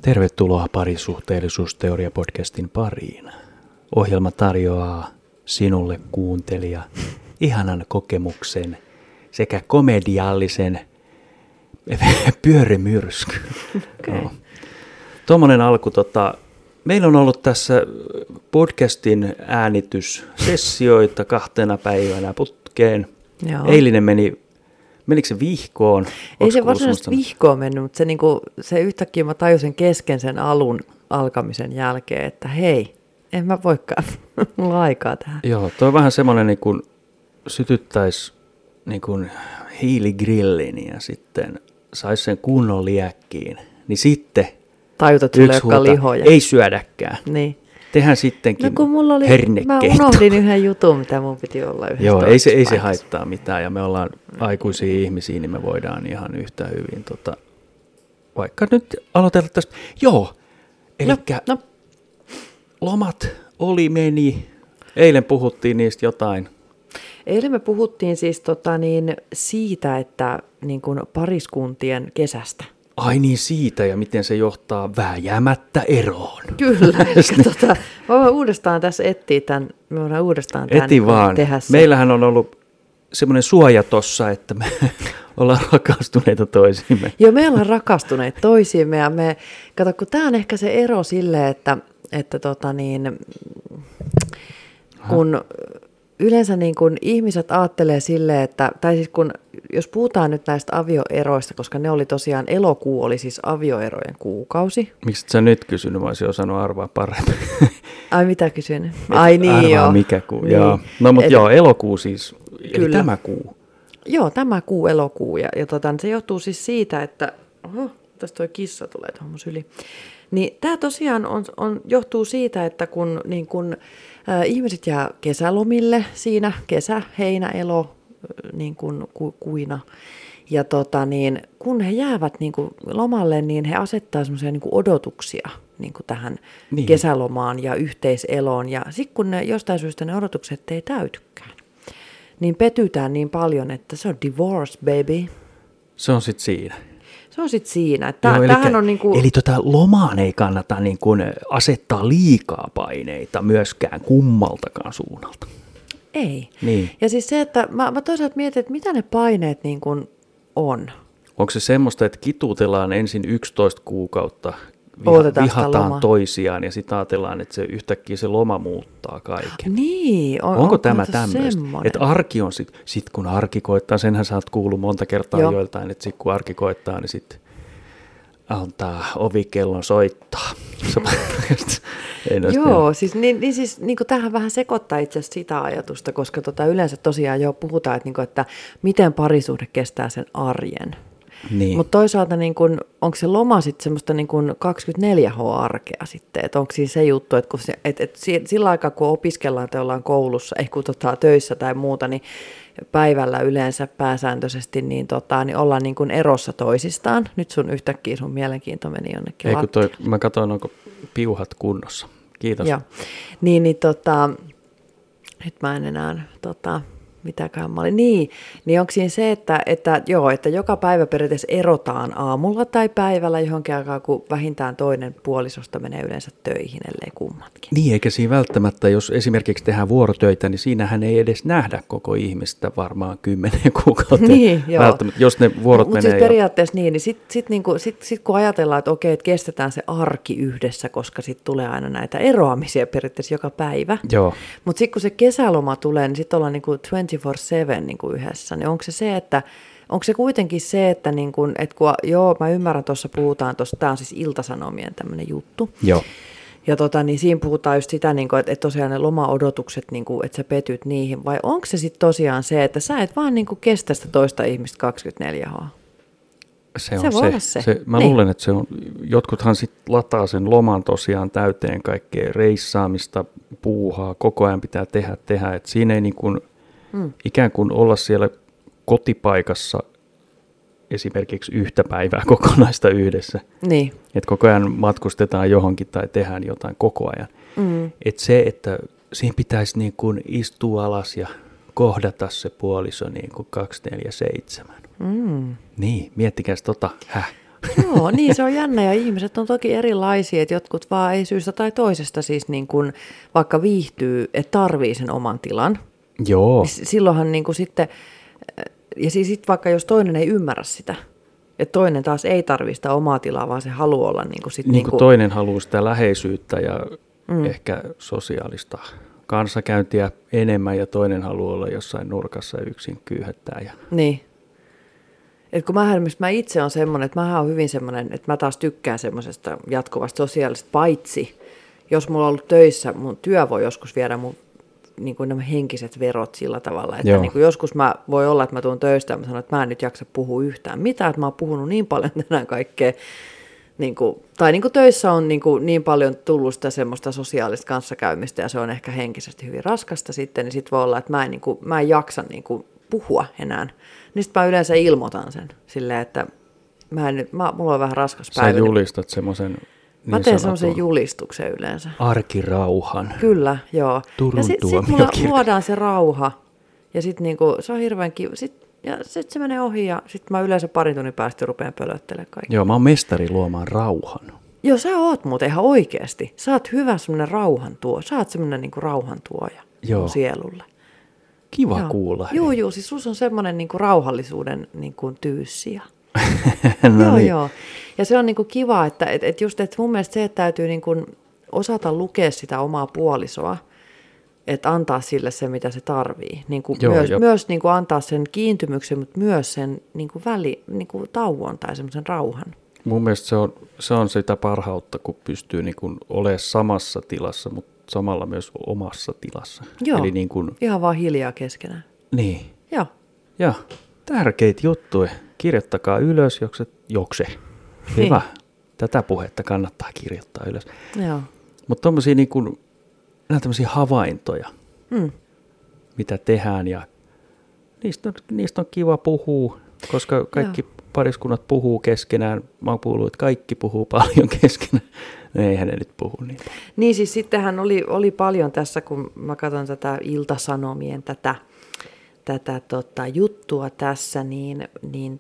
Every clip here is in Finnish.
Tervetuloa Parisuhteellisuusteoria-podcastin pariin. Ohjelma tarjoaa sinulle kuuntelija ihanan kokemuksen sekä komediallisen pyörremyrsky. Okay. No. Tuommoinen alku. Meillä on ollut tässä podcastin äänityssessioita 2 päivänä putkeen. Joo. Eilinen menikö se vihkoon? Ei se varsinaisesti vihkoon mennyt, mutta se yhtäkkiä mä tajusin kesken sen alun alkamisen jälkeen, että hei, en mä voikaan, mulla on aikaa tähän. Joo, toi on vähän semmoinen niin kuin sytyttäisi niin kuin hiiligrillin ja sitten saisi sen kunnon liäkkiin, niin sitten tajutat sulle, jotka lihoja. Ei syödäkään. Niin. Tehdään sittenkin no kun mulla oli, mä unohdin yhden jutun, mitä mun piti olla yhdessä. Joo, ei se haittaa mitään ja me ollaan aikuisia ihmisiä, niin me voidaan ihan yhtä hyvin vaikka nyt aloitella tästä. Joo, elikkä lomat meni. Eilen puhuttiin niistä jotain. Eilen me puhuttiin siis siitä, että niin kuin pariskuntien kesästä. Ai niin, siitä ja miten se johtaa vääjäämättä eroon. Kyllä, voidaan uudestaan tässä etsiä tämän, me voidaan uudestaan tämän tehdä sen. Meillähän on ollut semmoinen suoja tossa, että me ollaan rakastuneita toisiimme. Joo, me ollaan rakastuneita toisiimme ja kato, kun tämä on ehkä se ero silleen, että kun yleensä niin kun ihmiset ajattelee silleen, tai siis jos puhutaan nyt näistä avioeroista, koska ne oli tosiaan, elokuu oli siis avioerojen kuukausi. Miksi et sä nyt kysynyt, mä olisin osannut arvaa paremmin. Ai mitä kysyn? Ai niin arvaa joo. Mikä kuu, niin. Joo. No mutta joo, elokuu siis, kyllä. Eli tämä kuu. Joo, tämä kuu, elokuu, ja se johtuu siis siitä, että, tästä toi kissa tulee tuohon mun syliin. Niin tämä tosiaan johtuu siitä, että kun ihmiset jää kesälomille siinä, kesä, heinä, elo, niin kuin kuina. Ja kun he jäävät niin kuin lomalle, niin he asettaa semmoisia niin kuin odotuksia niin kuin tähän kesälomaan ja yhteiseloon. Ja sitten kun jostain syystä ne odotukset ei täytykään, niin petytään niin paljon, että se on divorce, baby. Se on sitten siinä. Se on sitten siinä. Tämähän on eli lomaan ei kannata asettaa liikaa paineita myöskään kummaltakaan suunnalta. Ei. Niin. Ja siis se, että mä toisaalta mietin, että mitä ne paineet niin kuin on. Onko se semmoista, että kituutellaan ensin 11 kuukautta, vihataan toisiaan ja sitten ajatellaan, että se yhtäkkiä se loma muuttaa kaiken. Niin. Onko tämä tämmöistä? Että arki on sit kun arki koittaa, senhän sä oot kuullut monta kertaa joiltain, että sitten kun arki koittaa, niin sitten antaa ovikellon soittaa. Joo, siis, niin tähän vähän sekoittaa itse asiassa sitä ajatusta, koska yleensä tosiaan jo puhutaan, että miten parisuhde kestää sen arjen. Niin. Mutta toisaalta onko se loma sitten semmoista 24H-arkea sitten, että onko siinä se juttu, että sillä aikaa kun opiskellaan tai ollaan koulussa, kun töissä tai muuta, niin päivällä yleensä pääsääntöisesti niin ollaan erossa toisistaan. Nyt yhtäkkiä sun mielenkiinto meni jonnekin lattiaan. Mä katsoin, onko piuhat kunnossa. Kiitos. Joo. Nyt mä en enää, mitäkään mä olin. Niin onko siinä se, että joka päivä periaatteessa erotaan aamulla tai päivällä johonkin aikaan, kun vähintään toinen puolisosta menee yleensä töihin, ellei kummatkin. Niin, eikä siinä välttämättä, jos esimerkiksi tehdään vuorotöitä, niin siinähän ei edes nähdä koko ihmistä varmaan 10 kuukautta. Niin, joo. Välttämättä, jos ne vuorot menee. Mutta siis periaatteessa niin sit kun ajatellaan, että okei, että kestetään se arki yhdessä, koska sitten tulee aina näitä eroamisia periaatteessa joka päivä. Joo. Mutta sitten kun se kesäloma tulee, niin sitten ollaan 24/7 yhdessä, niin onko se kuitenkin se, että mä ymmärrän, tuossa puhutaan, tämä on siis Ilta-Sanomien tämmöinen juttu. Joo. Ja niin siinä puhutaan just sitä, että tosiaan ne lomaodotukset, että sä petyt niihin, vai onko se sitten tosiaan se, että sä et vaan kestä sitä toista ihmistä 24H? Se on se. Mä luulen, että se on, jotkuthan sitten lataa sen loman tosiaan täyteen kaikkea reissaamista, puuhaa, koko ajan pitää tehdä, että siinä ei ikään kuin olla siellä kotipaikassa esimerkiksi yhtä päivää kokonaista yhdessä. Niin. Että koko ajan matkustetaan johonkin tai tehdään jotain koko ajan. Että se, että siinä pitäisi istua alas ja kohdata se puoliso 24/7. Niin, miettikäs Joo, niin se on jännä ja ihmiset on toki erilaisia, että jotkut vaan ei syystä tai toisesta siis niin kuin vaikka viihtyy, että tarvii sen oman tilan. Joo. Silloinhan niin kuin sitten, ja siis sit vaikka jos toinen ei ymmärrä sitä, että toinen taas ei tarvitse sitä omaa tilaa, vaan se haluaa olla niin kuin sitten. Niin kuin toinen haluaa sitä läheisyyttä ja ehkä sosiaalista kanssakäyntiä enemmän ja toinen haluaa olla jossain nurkassa yksin kyyhättää. Niin. Et kun mä itse on semmoinen, että mä oon hyvin semmoinen, että mä taas tykkään semmoisesta jatkuvasta sosiaalista, paitsi jos mulla on ollut töissä, mun työ voi joskus viedä mun niin kuin nämä henkiset verot sillä tavalla, että niin kuin joskus voi olla, että mä tuun töistä ja mä sanon, että mä en nyt jaksa puhua yhtään mitään, että mä oon puhunut niin paljon tänään kaikkea, niin kuin, tai niin kuin töissä on niin paljon tullut sitä semmoista sosiaalista kanssakäymistä ja se on ehkä henkisesti hyvin raskasta sitten, niin sit voi olla, että mä en jaksa niin kuin puhua enää. Niin sitten mä yleensä ilmoitan sen silleen, että mulla on vähän raskas päivä. Sä julistat semmoisen mä teen semmoisen julistuksen yleensä. Arkirauhan. Kyllä, joo. Turun ja sitten mulla luodaan se rauha. Ja sitten niinku, se on hirveän kiva. Ja sitten se menee ohi ja sitten mä yleensä parin tunnin päästä rupean pölöttelemään kaikki. Joo, mä oon mestari luomaan rauhan. Joo, sä oot muuten ihan oikeasti. Sä oot hyvä semmoinen rauhantuoja. Sä oot semmoinen niinku rauhantuoja sielulle. Kiva kuulla. Joo, siis sus on semmoinen niinku rauhallisuuden niinku tyyssiä. No joo. Ja se on niinku kiva, että just, että mun mielestä se, että täytyy niinku osata lukea sitä omaa puolisoa, että antaa sille se, mitä se tarvii. Niinku myös niinku antaa sen kiintymyksen, mutta myös sen niinku niinku tauon tai semmoisen rauhan. Mun mielestä se on sitä parhautta, kun pystyy niinku olemaan samassa tilassa, mutta samalla myös omassa tilassa. Joo, eli niin kuin ihan vaan hiljaa keskenään. Niin. Joo. Ja tärkeitä juttuja. Kirjoittakaa ylös, jokse. Hyvä. Tätä puhetta kannattaa kirjoittaa ylös. Joo. Mutta tommosia niin kuin, tämmöisiä havaintoja, mitä tehdään ja niistä on kiva puhua, koska kaikki pariskunnat puhuu keskenään. Mä oon kuullut, että kaikki puhuu paljon keskenään. No eihän ne nyt puhu niin paljon. Niin siis sittenhän oli paljon tässä, kun mä katson tätä Ilta-Sanomien tätä juttua tässä, niin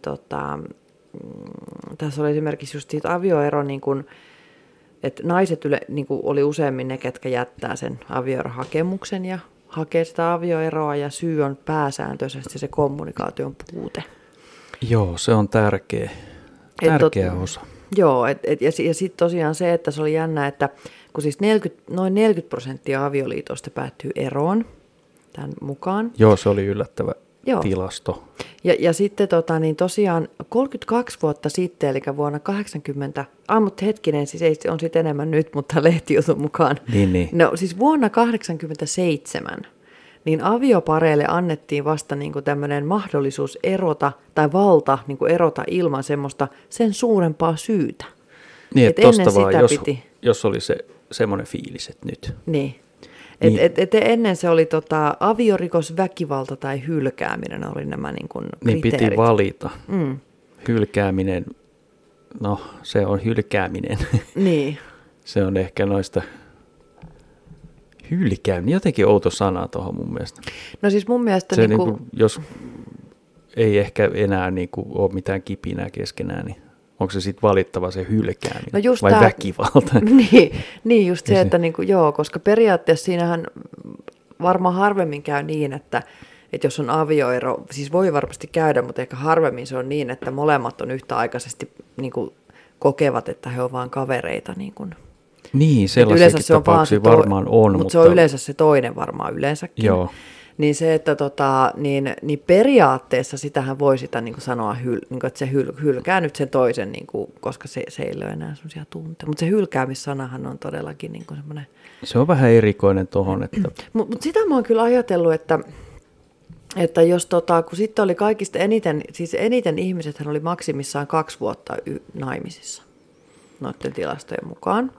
tässä oli esimerkiksi just siitä avioero, niin kun, että naiset niin kun oli useammin ne, ketkä jättää sen avioerohakemuksen ja hakee sitä avioeroa, ja syy on pääsääntöisesti se kommunikaation puute. Joo, se on tärkeä osa. Joo, ja sitten tosiaan se, että se oli jännä, että kun siis noin 40% avioliitosta päättyy eroon tämän mukaan. Joo, se oli yllättävä tilasto. Ja sitten niin tosiaan 32 vuotta sitten, eli vuonna 80, mutta hetkinen, siis ei on sitten enemmän nyt, mutta lehtijutun mukaan. Niin. No siis vuonna 87, niin aviopareille annettiin vasta niin kuin tämmöinen mahdollisuus erota, tai valta niin kuin erota ilman semmoista sen suurempaa syytä. Niin, että tosta vaan, jos oli semmoinen fiilis, että nyt. Niin. Ennen se oli aviorikos, väkivalta tai hylkääminen oli nämä niin kuin kriteerit. Niin piti valita. Hylkääminen, no se on hylkääminen. Niin. Se on ehkä noista hylkääminen, jotenkin outo sana tuohon mun mielestä. No siis mun mielestä se jos ei ehkä enää ole mitään kipinää keskenään, niin onko se sitten valittava se hylkääminen vai väkivalta? Niin just se, että koska periaatteessa siinähän varmaan harvemmin käy niin, että jos on avioero, siis voi varmasti käydä, mutta ehkä harvemmin se on niin, että molemmat on yhtäaikaisesti kokevat, että he ovat vain kavereita. Niin, sellaisiakin tapauksia varmaan on. Mutta se on yleensä se toinen varmaan yleensäkin. Joo. Niin se, että niin periaatteessa sitähän voi sitä sanoa, että se hylkää nyt sen toisen, koska se ei ole enää sellaisia tunteita. Mutta se hylkäämissanahan on todellakin semmoinen. Se on vähän erikoinen tuohon. Että Mutta sitä mä oon kyllä ajatellut, että jos kun sitten oli kaikista eniten ihmisethän oli maksimissaan 2 vuotta naimisissa noiden tilastojen mukaan.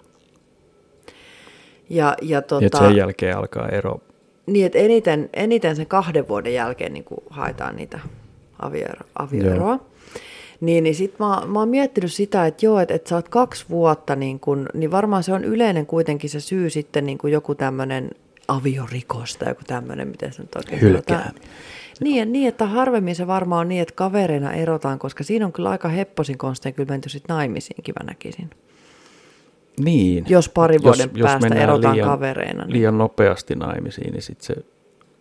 että sen jälkeen alkaa ero. Niin, että eniten sen 2 vuoden jälkeen niin haetaan niitä avioeroa. Niin sit mä oon miettinyt sitä, että että sä oot 2 vuotta, niin varmaan se on yleinen kuitenkin se syy sitten joku tämmöinen aviorikos tai joku tämmöinen, miten se nyt oikein hylkääminen. Niin, että harvemmin se varmaan on niin, että kavereina erotaan, koska siinä on kyllä aika hepposin konstein kyllä menty sitten naimisiinkin, mä näkisin. Niin. Jos parin vuoden päästä erotaan kavereina. Niin. Liian nopeasti naimisiin, niin sitten se,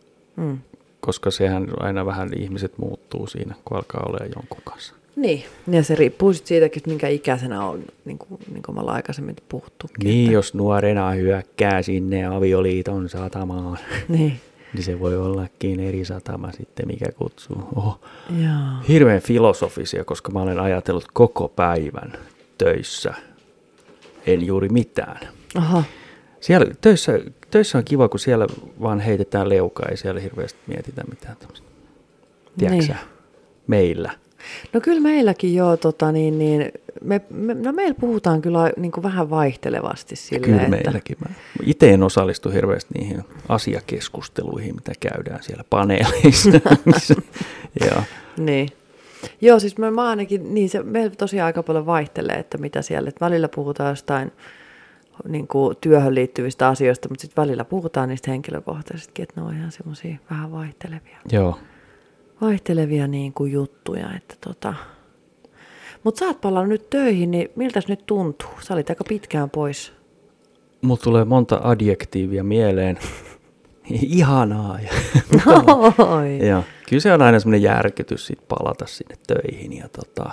koska sehän aina vähän ihmiset muuttuu siinä, kun alkaa olemaan jonkun kanssa. Niin, ja se riippuu sitten siitäkin, minkä ikäisenä on, niin kuin me ollaan aikaisemmin puhuttukin. Niin, että jos nuorena hyökkää sinne avioliiton satamaan, niin se voi ollakin eri satama sitten, mikä kutsuu. Oho. Hirveän filosofisia, koska mä olen ajatellut koko päivän töissä. En juuri mitään. Aha. Siellä töissä on kiva, kun siellä vaan heitetään leukaa, ei siellä hirveästi mietitä mitään tämmöistä. Tiedätkö sä? Meillä. No kyllä meilläkin joo, meillä puhutaan kyllä niin kuin vähän vaihtelevasti silleen. Kyllä meilläkin. Mä itse en osallistu hirveästi niihin asiakeskusteluihin, mitä käydään siellä paneeleissa. Joo. Niin. Joo, siis mä ainakin, niin se meillä tosiaan aika paljon vaihtelee, että mitä siellä, että välillä puhutaan jostain niin kuin työhön liittyvistä asioista, mutta sitten välillä puhutaan niistä henkilökohtaisestikin, että ne on ihan semmoisia vähän vaihtelevia. Joo. Vaihtelevia niin kuin juttuja, että Mutta sä oot palannut nyt töihin, niin miltäs nyt tuntuu? Sä olit aika pitkään pois. Mulla tulee monta adjektiivia mieleen. Ihanaa. Ja kyllä se on aina semmoinen järkytys sit palata sinne töihin. Ja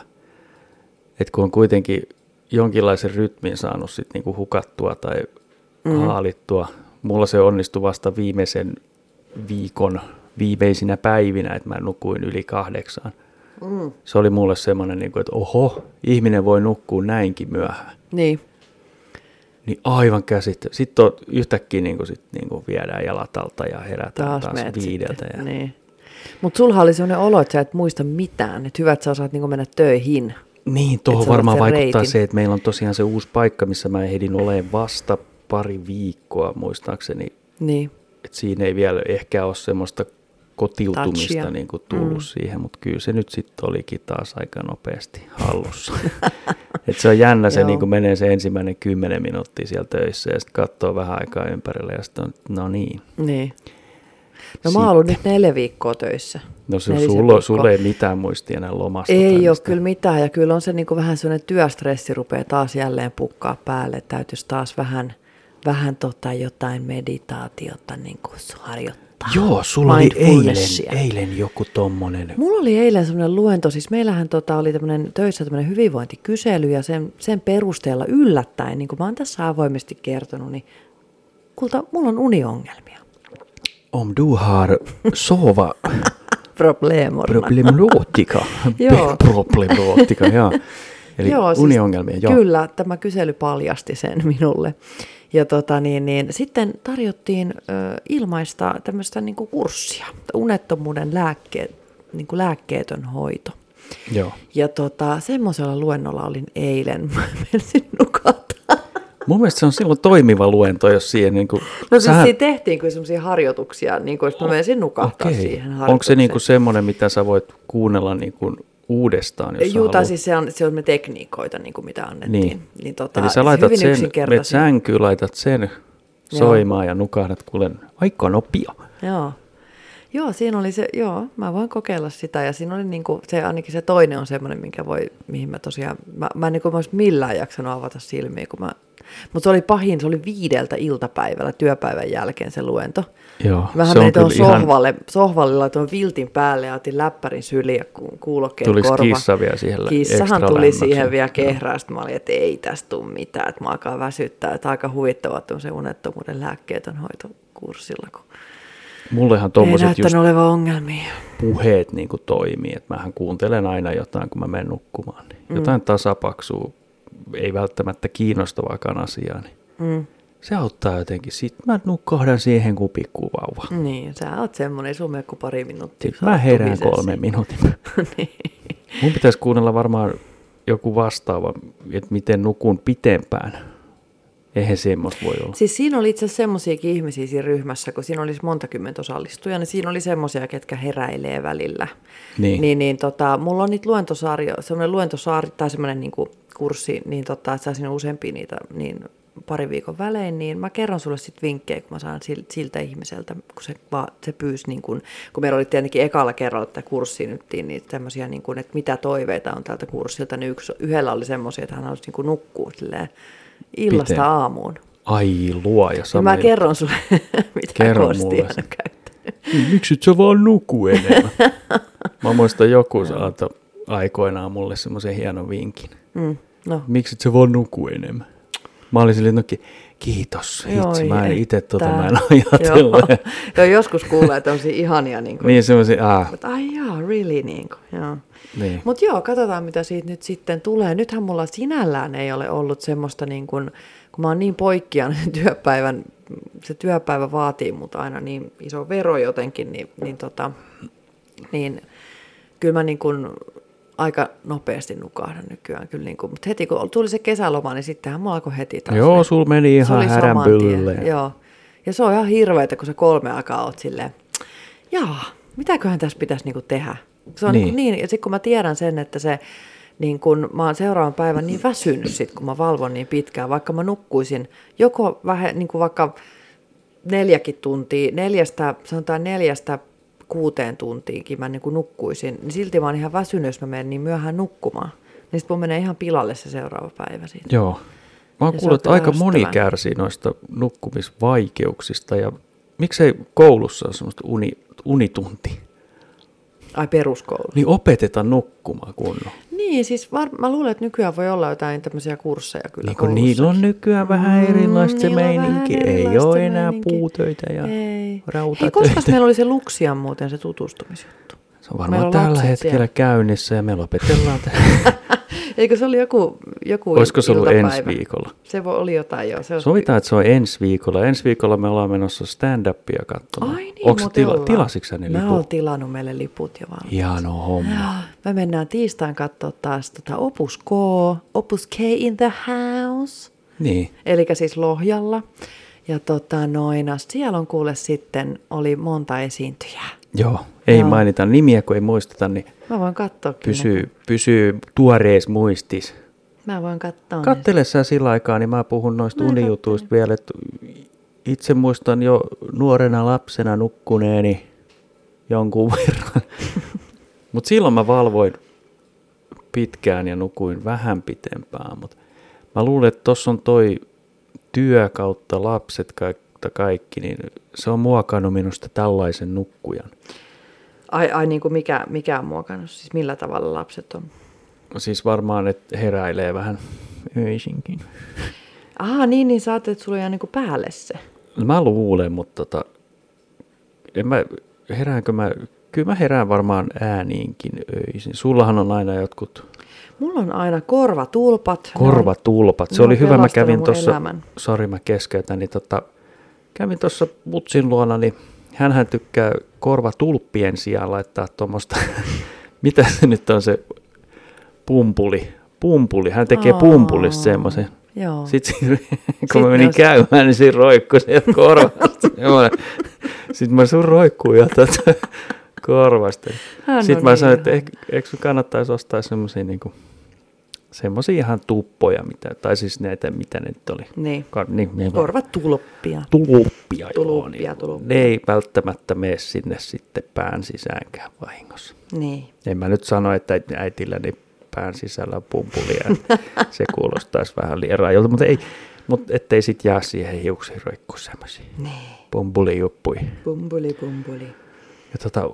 et kun on kuitenkin jonkinlaisen rytmin saanut sit niinku hukattua tai haalittua. Mulla se onnistui vasta viimeisen viikon viimeisinä päivinä, että mä nukuin yli 8. Se oli mulle semmoinen, että oho, ihminen voi nukkua näinkin myöhään. Niin. Niin aivan käsittely. Sitten yhtäkkiä viedään jalat alta ja herätään taas 5. Niin. Mutta sulla oli sellainen olo, että sä et muista mitään. Että hyvä, että sä osaat mennä töihin. Niin, tuohon varmaan vaikuttaa se, että meillä on tosiaan se uusi paikka, missä mä ehdin olemaan vasta pari viikkoa muistaakseni. Niin. Että siinä ei vielä ehkä ole semmoista kotiutumista niin kuin tullut siihen, mutta kyllä se nyt sitten olikin taas aika nopeasti hallussa. Et se on jännä, se niin kuin menee se ensimmäinen 10 minuuttia siellä töissä ja sitten katsoo vähän aikaa ympärille ja sitten on, no niin. Niin. No mä oon ollut nyt 4 viikkoa töissä. No sulla ei mitään muistia enää lomasta. Ei ole kyllä mitään ja kyllä on se niin kuin vähän sellainen työstressi rupeaa taas jälleen pukkaa päälle. Täytyisi taas vähän jotain meditaatiota niin kuin harjoittaa. Joo, sulla oli eilen joku tommonen. Mulla oli eilen semmoinen luento, siis meillähän oli töissä tämmöinen hyvinvointikysely ja sen perusteella yllättäen, niin kuin mä oon tässä avoimesti kertonut, niin kulta, mulla on uniongelmia. Om du har sova problemotika. Problemotika, joo. Eli uniongelmia, joo. Kyllä, tämä kysely paljasti sen minulle. Ja sitten tarjottiin ilmaista tämmöistä niin kuin kurssia, unettomuuden niin kuin lääkkeetön hoito. Joo. Ja semmoisella luennolla olin eilen, mä menisin nukata. Mun mielestä se on silloin toimiva luento, jos siihen niin kuin... No siis siinä tehtiin kyllä semmoisia harjoituksia, niin kuin, että mä menisin nukahtaa siihen harjoitukseen. Onko se niin kuin semmoinen, mitä sä voit kuunnella niin kuin uudestaan, jos siis se on tekniikoita, niin kuin mitä annettiin. Niin, eli sä laitat menet sänkyyn, laitat sen soimaan ja nukahdat kuulen aika nopea. Joo, siinä oli se, mä voin kokeilla sitä ja siinä oli niinku se, ainakin se toinen on semmoinen, mihin mä tosiaan, mä en niin kuin millään jaksanut avata silmiä, mutta se oli pahin, se oli 5 iltapäivällä työpäivän jälkeen se luento. Joo, vähän menin tuohon sohvalle laitoin viltin päälle ja otin läppärin syliin ja kuulokkeet korva. Tulis kissa vielä siihen Kissahan tuli siihen vielä kehrää, sitten mä olin, että ei tästä tule mitään, että mä alkaa väsyttää, että aika huvittavaa se unettomuuden lääkkeetön hoitokurssilla, kun mullehan tommoset just puheet niin kuin toimii, että mähän kuuntelen aina jotain, kun mä menen nukkumaan. Niin jotain tasapaksua, ei välttämättä kiinnostavaakaan asiaa, niin se auttaa jotenkin. Sitten mä nukahdan siihen kuin pikkuvauva. Niin, sä oot semmoinen, sun mene kuin pari minuuttia. Sitten mä herään 3 minuutin. Niin. Mun pitäisi kuunnella varmaan joku vastaava, että miten nukun pitempään. Eihän semmoista voi olla. Siis siinä oli itse asiassa semmoisiakin ihmisiä siinä ryhmässä, kun siinä olisi monta kymmentä osallistujaa, niin siinä oli semmoisia, ketkä heräilee välillä. Niin, mulla on niitä semmoinen luentosaari tai semmoinen niinku kurssi, niin että saa siinä useampia niitä niin pari viikon välein, niin mä kerron sulle sitten vinkkejä, kun mä saan siltä ihmiseltä, kun se pyysi, niin kun meillä oli tietenkin ekalla kerralla tätä kurssia nyt, niin tämmöisiä, niin kun, että mitä toiveita on tältä kurssilta, niin yhdellä oli semmoisia, että hän halusi niin nukkua illasta aamuun. Ai luoja. Mä kerron sulle, mitä kostia hän on käyttänyt. Miksi et sä vaan nuku enemmän? Mä muistan joku saata aikoinaan mulle semmoisen hienon vinkin. No. Miksi et sä vaan nuku enemmän? Mä olin silleen, että kiitos. Mä en itse mä en ajatellut. Joo, joskus kuulee tämmöisiä ihania. Niin semmoisia, ai jaa, really, joo. Niin. Mutta joo, katsotaan mitä siitä nyt sitten tulee. Nythän mulla sinällään ei ole ollut semmoista, niin kun mä oon niin poikkean se työpäivä vaatii mut aina niin iso vero jotenkin, niin kyllä mä niin kun aika nopeasti nukahdan nykyään. Kyllä niin kun, mutta heti kun tuli se kesäloma, niin sittenhän mulla alkoi heti taas. Joo, sulla meni ihan häränpylleen. Joo, ja se on ihan hirveetä, kun sä 3 aikaa oot silleen, mitäköhän tässä pitäisi niinku tehdä. Se on niin, ja sitten kun mä tiedän sen, että se, niin kun mä oon seuraavan päivän niin väsynyt sit, kun mä valvon niin pitkään, vaikka mä nukkuisin joko vähän, niin kuin vaikka 4 tuntia, 4-6 tuntiinkin mä niin kuin nukkuisin, niin silti mä oon ihan väsynyt, jos mä menen niin myöhään nukkumaan. Niin sit mun menee ihan pilalle se seuraava päivä siitä. Joo. Mä oon kuullut, että aika moni kärsii noista nukkumisvaikeuksista, ja miksei koulussa ole semmoista unitunti? Ai peruskoulu. Niin opetetaan nukkumaan kunnon. Niin, siis mä luulen, että nykyään voi olla jotain tämmöisiä kursseja kyllä niin kun niillä on nykyään vähän erilaista se meininki. Ei ole enää puutöitä ja rautatöitä. Hei, koska meillä oli se Luxian muuten se tutustumisjuttu? Se on varmaan tällä hetkellä käynnissä ja me lopetellaan tähän. Eikö se oli joku olisiko se ollut iltapäivä? Ensi viikolla? Se oli jotain, joo. Sovitaan, että se on ensi viikolla. Ensi viikolla me ollaan menossa stand-upia katsomaan. Ai niin, onko tilasitko sä ne liput? Mä oon tilannut meille liput jo valmiiksi. Hieno homma. Me mennään tiistain katsoa taas Opus K in the house. Niin. Eli siis Lohjalla. Ja siellä on kuule sitten, oli monta esiintyjää. Joo, ei mainita nimiä, kun ei muisteta, niin mä voin katsoa pysyy tuorees muistis. Mä voin katsoa. Kattele sä sillä aikaa, niin mä puhun noista unijutuista vielä, että itse muistan jo nuorena lapsena nukkuneeni jonkun verran. Mutta silloin mä valvoin pitkään ja nukuin vähän pitempään, mutta mä luulen, että tossa on toi työ kautta lapset kaikki, niin se on muokannut minusta tällaisen nukkujan. Ai niin kuin mikä on muokannut? Siis millä tavalla lapset on? Siis varmaan, että heräilee vähän öisinkin. Niin sä ajattelet, että sulla jää niin kuin päälle se. Mä luulen, mutta kyllä mä herään varmaan ääniinkin öisin. Sullahan on aina jotkut... Mulla on aina korvatulpat. Korvatulpat. Se oli hyvä, mä kävin tuossa, mä keskeytän, niin kävin tuossa mutsin luona, niin hänhän tykkää korvatulppien sijaan laittaa tuommoista, mitä se nyt on se pumpuli. Hän tekee pumpulista semmoisen. Joo. Sitten kun mä menin käymään, niin siinä roikkui sieltä korvasta. Sitten mä sun roikkuu ja korvasta. Sitten mä sanoin, että eikö kannattaisi ostaa semmoisia niinku, semmoisia ihan tuppoja, tai siis näitä, mitä ne nyt oli. Niin, korvatulppia. Tulppia. Tulppia. Ne ei välttämättä mene sinne sitten pään sisäänkään vahingossa. Niin. En mä nyt sano, että äitilläni pään sisällä pumpulia. Se kuulostaisi vähän liian rajolta, mutta ettei sit jää siihen hiuksiin roikkuu semmoisia. Niin. Pumpulijuppui. Pumpuli. Ja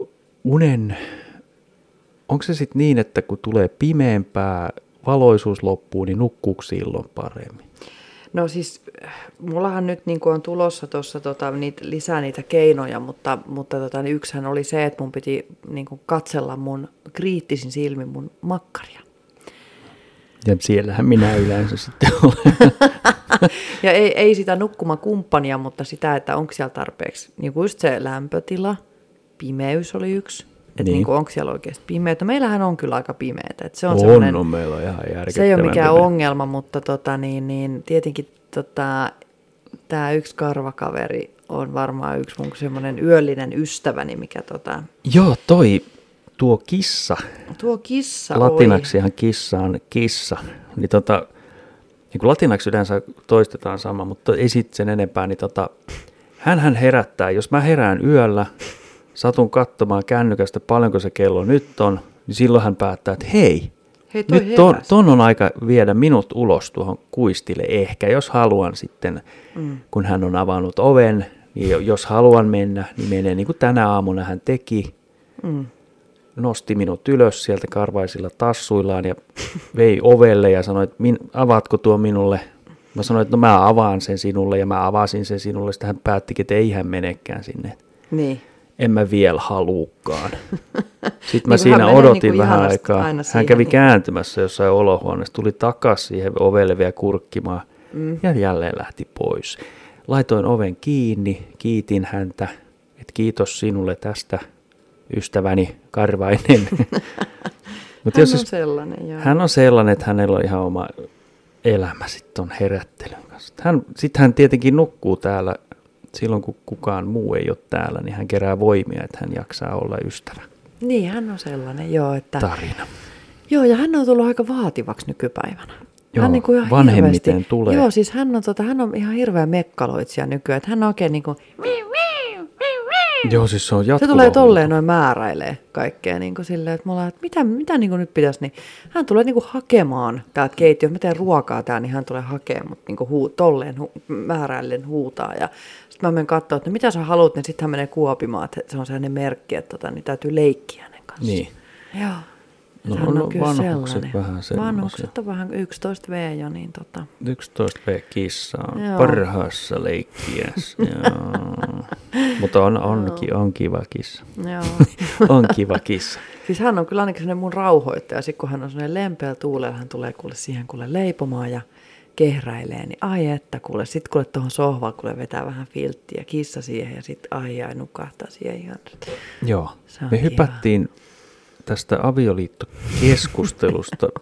onko se sitten niin, että kun tulee pimeämpää, valoisuus loppuu, niin nukkuuko silloin paremmin? No siis, mullahan nyt niin on tulossa tuossa lisää niitä keinoja, mutta niin yksihän oli se, että mun piti niin katsella mun kriittisin silmin mun makkaria. Ja siellähän minä yleensä sitten olen. Ja ei sitä nukkumakumppania, mutta sitä, että onko siellä tarpeeksi. Niin kuin just se lämpötila, pimeys oli yksi. Että niin. Onko siellä oikeasti pimeätä. Meillähän on kyllä aika pimeätä. Se on meillä on ihan järkyttävän se ei ole mikään ongelma, mutta tietenkin tämä yksi karvakaveri on varmaan yksi mun semmoinen yöllinen ystäväni, mikä Joo, tuo kissa. Tuo kissa latinaksihan kissa on kissa. Niin niin kuin latinaksi yleensä toistetaan sama, mutta ei sitten sen enempää, niin hänhän herättää. Jos mä herään yöllä, satun katsomaan kännykästä paljonko se kello nyt on, niin silloin hän päättää, että hei nyt ton on aika viedä minut ulos tuohon kuistille ehkä, jos haluan sitten, kun hän on avannut oven, niin jos haluan mennä, niin menee niin kuin tänä aamuna hän teki. Nosti minut ylös sieltä karvaisilla tassuillaan ja vei ovelle ja sanoi, että avaatko tuo minulle? Mä sanoin, että no mä avaan sen sinulle ja mä avasin sen sinulle. Sitten hän päättikin, että ei hän menekään sinne. Niin. En mä vielä haluukaan. Sitten mä siinä odotin vähän aikaa. Hän kävi kääntymässä jossain olohuoneessa, tuli takaisin siihen ovelle vielä kurkkimaan ja jälleen lähti pois. Laitoin oven kiinni, kiitin häntä, että kiitos sinulle tästä, ystäväni Karvainen. Hän on sellainen, että hänellä on ihan oma elämä sitten on herättelyn kanssa. Sitten hän tietenkin nukkuu täällä. Silloin kun kukaan muu ei ole täällä, niin hän kerää voimia, että hän jaksaa olla ystävä. Niin, hän on sellainen, joo. Että, tarina. Joo, ja hän on tullut aika vaativaksi nykypäivänä. Joo, hän niin kuin ihan vanhemmiten hirveästi, tulee. Joo, siis hän on ihan hirveä mekkaloitsija nykyään. Että hän on oikein niin kuin... Joo, siis se on jatkuva. Se tulee tolleen noin määräilee kaikkea niin kuin silleen, että me ollaan, että mitä niin kuin nyt pitäisi, niin hän tulee niin kuin hakemaan täältä keittiöstä, mä teen ruokaa täällä, niin hän tulee hakemaan, mutta niin kuin määräillen huutaa ja sitten mä menen katsoa, että no, mitä sä haluat, niin sitten hän menee kuopimaan, että se on sellainen merkki, että niin täytyy leikkiä hänen kanssa. Niin. Joo. No, hän on kyllä vanhukset vähän semmoisia. Vanhukset on vähän 11V jo, niin 11V-kissa on parhaassa leikkiässä. Mutta on kiva kissa. Joo. On kiva kissa. Siis hän on kyllä ainakin sellainen mun rauhoittaja. Sitten kun hän on sellainen lempeä tuulella, hän tulee siihen leipomaan ja kehräilee. Niin ai että kuule. Sitten kuule tuohon sohvalle, kuule vetää vähän filttiä, kissa siihen ja sitten ai nukahtaa siihen ihan. Joo. Me hypättiin tästä avioliittokeskustelusta,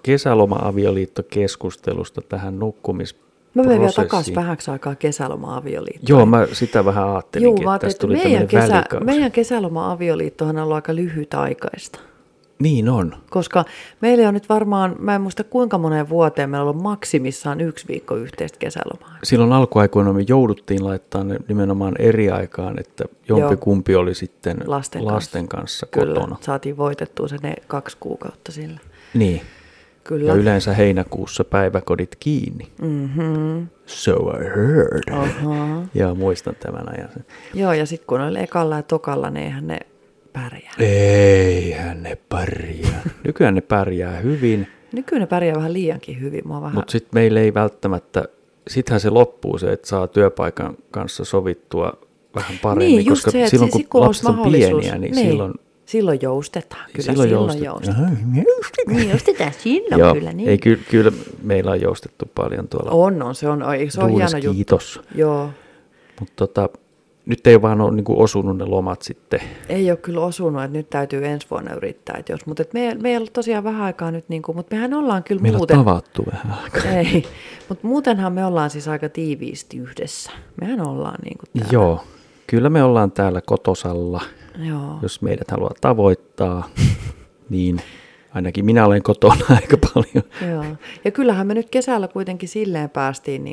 kesäloma-avioliittokeskustelusta tähän nukkumisprosessiin. Mä menen vielä takaisin vähäksi aikaa kesäloma-avioliittoon. Joo, mä sitä vähän ajattelinkin, että tästä tuli tämmöinen välikausi. Meidän kesäloma-avioliittohan on ollut aika lyhytaikaista. Niin on. Koska meillä on nyt varmaan, mä en muista kuinka moneen vuoteen meillä on ollut maksimissaan 1 viikko yhteistä kesälomaa. Silloin alkuaikoina me jouduttiin laittaa ne nimenomaan eri aikaan, että jompikumpi oli sitten lasten kanssa kotona. Kyllä, saatiin voitettua se ne 2 kuukautta sillä. Niin. Kyllä. Ja yleensä heinäkuussa päiväkodit kiinni. Mm-hmm. So I heard. Uh-huh. Ja muistan tämän ajan. Joo, ja sitten kun oli ekalla ja tokalla, niin eihän ne pärjää. Eihän ne pärjää. Nykyään ne pärjää hyvin. Nykyään ne pärjää vähän liiankin hyvin. Mutta sitten meillä ei välttämättä, sittenhän se loppuu se, että saa työpaikan kanssa sovittua vähän paremmin. Niin, koska se, silloin kun lapset on pieniä, niin silloin joustetaan. Kyllä silloin joustetaan. Joustetaan silloin joo, kyllä. Niin. Ei, kyllä meillä on joustettu paljon tuolla. Se on hieno juttu. Kiitos. Joo. Mutta nyt ei vaan ole niinku osunut ne lomat sitten. Ei ole kyllä osunut, että nyt täytyy ensi vuonna yrittää. Mutta me ei ole tosiaan vähän aikaa nyt, mutta mehän ollaan kyllä meillä muuten. Meillä on tavattu vähän aikaa. Ei, mutta muutenhan me ollaan siis aika tiiviisti yhdessä. Mehän ollaan täällä. Joo, kyllä me ollaan täällä kotosalla. Joo. Jos meidät haluaa tavoittaa, niin ainakin minä olen kotona aika paljon. Joo, ja kyllähän me nyt kesällä kuitenkin silleen päästiin,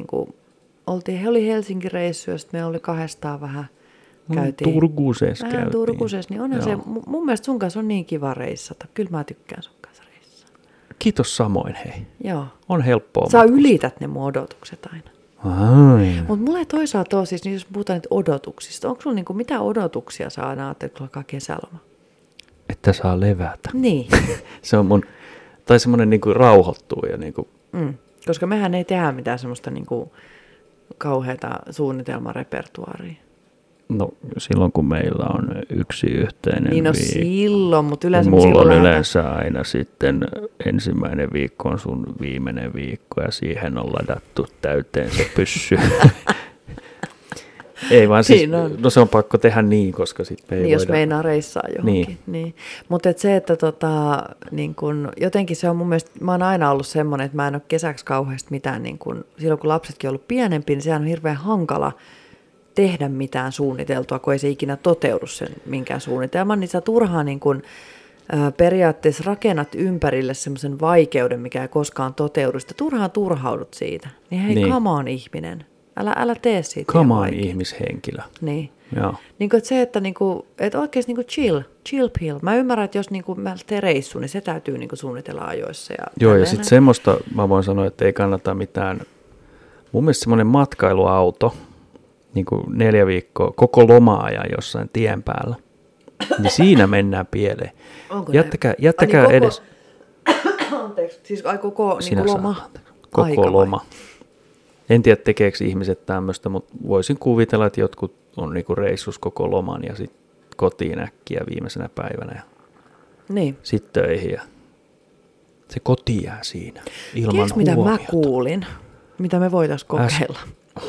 he oli Helsinki-reissu ja sitten me oli 2 vähän käytiin. Turkuusessa käytiin. Turkuusessa, niin onhan se, mun mielestä sun kanssa on niin kiva reissata. Kyllä mä tykkään sun kanssa reissata. Kiitos samoin, hei. Joo. On helppoa. Sä ylität ne mun odotukset aina. Mutta mulla ei toisaalta ole, siis niin jos puhutaan nyt odotuksista, onko sulla mitä odotuksia saa ajatella, kun alkaa kesäloma? Että saa levätä. Niin. Se on tai semmoinen rauhoittuu. Ja koska mehän ei tehdä mitään semmoista kauheata suunnitelmarepertuaaria. No silloin kun meillä on yksi yhteinen viikko. Silloin, mutta yleensä mulla on yleensä aina sitten ensimmäinen viikko on sun viimeinen viikko ja siihen on ladattu täyteen se pyssy. Ei vaan siis, no se on pakko tehdä niin, koska sitten me ei voida. Jos meinaa reissaa johonkin. Niin. Mutta se, että jotenkin se on mun mielestä, mä oon aina ollut semmoinen, että mä en ole kesäksi kauheasti mitään, silloin kun lapsetkin on ollut pienempi, niin sehän on hirveän hankala tehdä mitään suunniteltua, kun ei se ikinä toteudu sen minkään suunnitelman, niin sä turhaan periaatteessa rakennat ympärille semmoisen vaikeuden, mikä ei koskaan toteudu, sitä turhaan turhaudut siitä. Niin hei, come on ihminen. Älä tee siitä. Come on ihmishenkilö. Niin. Joo. Niin kuin, että se, että oikeasti niin kuin chill pill. Mä ymmärrän, että jos niin kuin mä teen reissu, niin se täytyy niin kuin suunnitella ajoissa. Joo, ja sitten semmoista mä voin sanoa, että ei kannata mitään. Mun mielestä semmoinen matkailuauto, niin kuin 4 viikkoa, koko loma-ajan jossain tien päällä, niin siinä mennään pieleen. Jättäkää niin edes. Anteeksi, siis koko niin loma. Koko loma. En tiedä, tekeekö ihmiset tämmöistä, mutta voisin kuvitella, että jotkut on niinku reissus koko loman ja sitten kotiin äkkiä viimeisenä päivänä ja niin. sitten töihin. Ja se koti jää siinä ilman tiedätkö, mitä mä kuulin, mitä me voitaisiin kokeilla?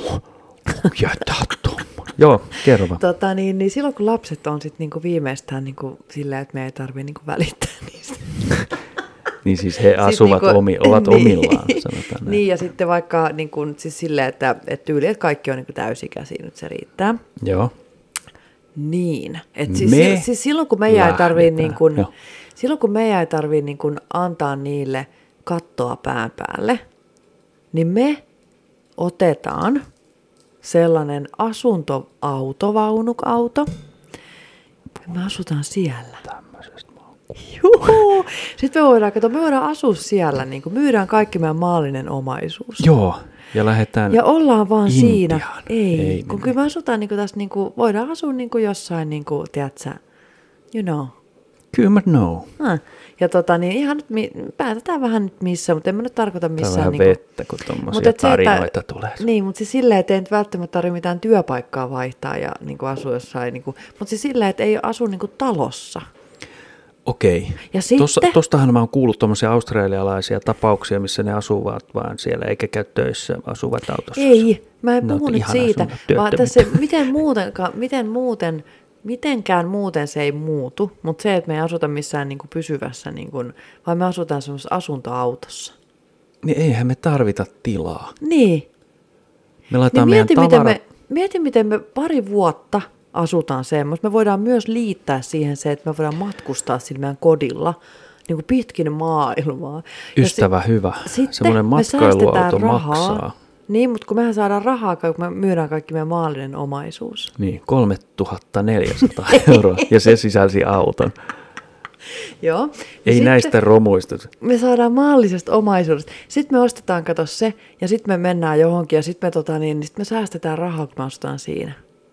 Joo, kerro vaan. Niin silloin kun lapset on sit niinku viimeistään niinku silleen, että me ei tarvitse niinku välittää niistä. Niin siis he asuvat ovat omillaan, sanotaan näin. Niin, ja sitten vaikka niin kuin, siis silleen, että tyyli, että kaikki on niin kuin täysikäisiä, nyt se riittää. Joo. Niin. Että siis silloin kun meidän ei tarvitse niin kuin, niin kuin antaa niille kattoa pään päälle, niin me otetaan sellainen asuntoautovaunuauto, ja me asutaan siellä. Juhu. Sitten me voidaan asua siellä, niin kuin myydään kaikki meidän maallinen omaisuus. Joo, ja lähdetään ja ollaan vaan Intiaan. Siinä. Ei kun kyllä me asutaan niin kuin tässä, niin kuin, voidaan asua niin kuin jossain, niin kuin, tiedätkö, you know. Kyllä mä know. Ja niin ihan nyt päätetään vähän nyt missä, mutta en mä nyt tarkoita missään. Tämä on vähän vettä, kun tommosia tarinoita tulee. Niin, mutta siis silleen, että ei nyt välttämättä tarvitse mitään työpaikkaa vaihtaa ja niin kuin asua jossain, niin kuin, mutta siis silleen, että ei asu niin kuin talossa. Okei. Ja sitten Tostahan mä oon kuullut tuommoisia australialaisia tapauksia, missä ne asuvat vaan siellä eikä käy töissä, asuvat autossa. Ei, mä en puhu nyt siitä, vaan tässä mitenkään muuten se ei muutu, mutta se, että me ei asuta missään niin kuin pysyvässä, niin kuin, vaan me asutaan semmoisessa asuntoautossa. Niin eihän me tarvita tilaa. Niin. Me laitetaan meidän tavarat. Mieti, miten me pari vuotta asutaan semmoista. Me voidaan myös liittää siihen se, että me voidaan matkustaa sillä meidän kodilla niin kuin pitkin maailmaa. Hyvä. Semmoinen matkailuauto maksaa. Niin, mutta kun mehän saadaan rahaa, kun me myydään kaikki meidän maallinen omaisuus. Niin, 3400 euroa ja se sisälsi auton. Joo. Ei näistä romuista. Me saadaan maallisesta omaisuudesta. Sitten me ostetaan, kato se, ja sitten me mennään johonkin, ja sitten me, sit me säästetään rahaa, kun me ostetaan siinä.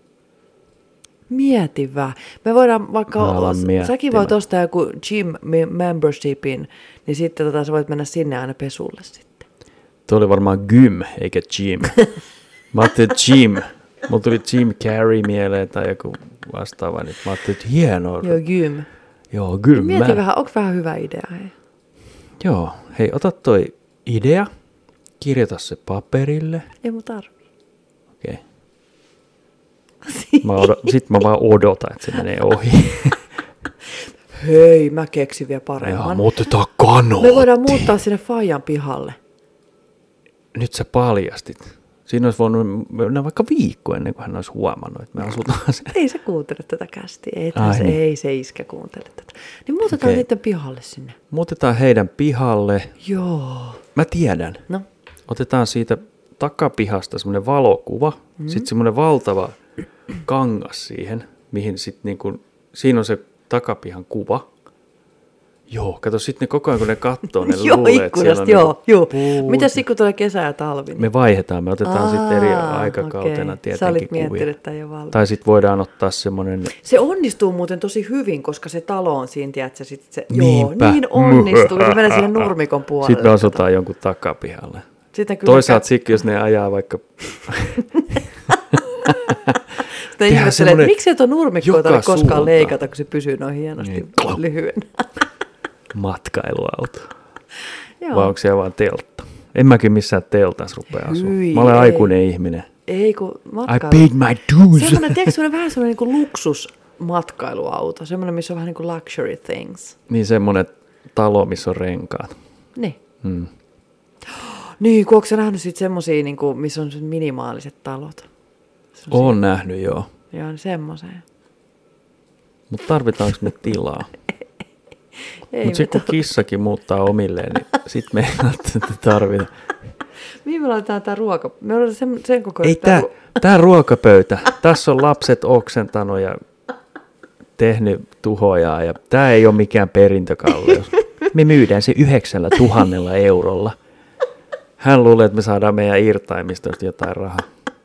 Mieti vähän. Me voidaan vaikka, säkin voit ostaa joku gym membershipin, niin sitten sä voit mennä sinne aina pesulle sitten. Tuo oli varmaan gym, eikä gym. Mä ajattelin gym. Mulla tuli Jim Carrey mieleen tai joku vastaava, niin mä ajattelin, että hienoa. Joo, gym. Joo, gym. Mieti vähän, onko vähän hyvä idea? Hei? Joo, hei, ota toi idea, kirjoita se paperille. Ei mun tarvii. Okei. Sitten mä vaan odotan, että se menee ohi. Hei, mä keksin vielä paremman. Joo, muutetaan kanootti. Me voidaan muuttaa sinne faijan pihalle. Nyt sä paljastit. Siinä olisi voinut mennä vaikka viikko ennen kuin hän olisi huomannut, että me asutaan sen. Ei se kuuntele tätä kästiä. Ei se iskä kuuntele tätä. Niin muutetaan niiden pihalle sinne. Muutetaan heidän pihalle. Joo. Mä tiedän. No. Otetaan siitä takapihasta semmoinen valokuva. Sitten semmoinen valtava kangas siihen, mihin sitten niin kuin, siinä on se takapihan kuva. Joo, kato sitten ne koko ajan kun ne katsoo, ne luulee, että siellä on joo. Mitäs sitten kun tulee kesä ja talvi? Niin? Me vaihdetaan, me otetaan sitten eri aikakautena tietenkin sä olit kuvia. miettinyt tämän jo valmiin. Tai sitten voidaan ottaa semmoinen. Se onnistuu muuten tosi hyvin, koska se talo on siinä, tiedätkö, sitten se, niinpä. Joo, niin onnistuu, se menee siihen nurmikon puolelle. Sitten me asutaan jonkun takapihalle. Toisaalta sitten, jos ne ajaa vaikka. Sitten ihmettelee, että miksi et ole nurmikkoa tarvitse koskaan leikata, kun se pysyy noin hienosti lyhyen. Matkailuauto. Vai onko siellä vaan teltta? En mäkin missään teltassa rupea asumaan. Mä olen aikuinen ihminen. Ei kun matkailu. I paid my dues. Semmoinen vähän semmoinen niin luksusmatkailuauto. Semmoinen, missä on vähän niin kuin luxury things. Niin semmoinen talo, missä on renkaat. Niin. Niin, kun onko sä nähnyt sitten semmoisia, niin missä on minimaaliset talot? Oon nähnyt, joo. Joo, niin semmoiseen. Mutta tarvitaanko me tilaa? Mutta sitten kun kissakin muuttaa omilleen, niin sitten me ei välttämättä tarvita. Mihin me laitetaan tämä ruoka? Me ollaan sen koko ei tämä ruokapöytä. Tässä on lapset oksentanut ja tehnyt tuhojaa. Ja tämä ei ole mikään perintökalleus. Me myydään se 9 000 eurolla. Hän luulee, että me saadaan meidän irtaimistosta jotain rahaa.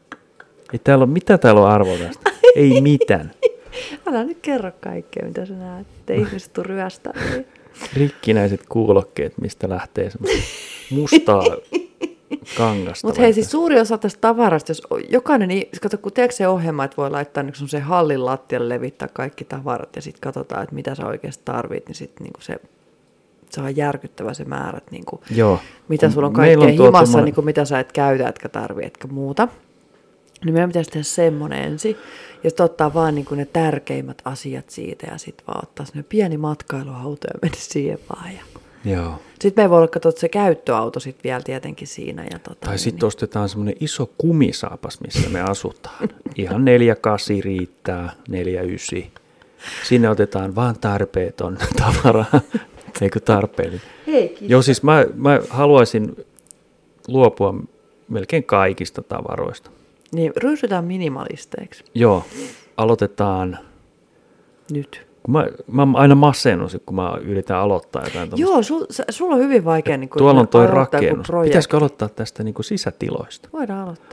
Mitä täällä on arvokasta? Ei mitään. Älä nyt kerro kaikkea, mitä sä näet. Että ihmiset tuu ryöstämään. Rikkinäiset kuulokkeet, mistä lähtee semmoista mustaa kangasta. Mutta hei, siis suuri osa tästä tavarasta, jos jokainen, niin kato, kun tiedätkö se ohjelma, että voi laittaa niin se hallin lattialle, levittää kaikki tavarat ja sitten katsotaan, että mitä sä oikeasti tarvit, niin sitten niin se on järkyttävä se määrät, niin kuin, mitä sulla on kaikkea himassa, niin kuin, mitä sä et käytä, etkä tarvi, etkä muuta. Niin meidän pitäisi tehdä semmoinen ensin, ja sitten ottaa vaan niin kuin ne tärkeimmät asiat siitä, ja sitten vaan ottaa semmoinen pieni matkailuauto ja mennä siihen vaan. Joo. Sitten me ei voi olla katsoa se käyttöauto sitten vielä tietenkin siinä. Ja tai sitten ostetaan semmoinen iso kumisaapas, missä me asutaan. Ihan 4,8 riittää, 4,9. Sinne otetaan vaan tarpeeton tavaraa, eikö tarpeellinen. Hei, joo, siis mä haluaisin luopua melkein kaikista tavaroista. Niin, ryhdytään minimalisteiksi. Joo, aloitetaan. Nyt. Mä aina masennun, kun mä yritän aloittaa jotain tommoista. Joo, sulla on hyvin vaikea niin tuolla on toi rakennus. Pitäisikö aloittaa tästä niin kuin sisätiloista? Voidaan aloittaa.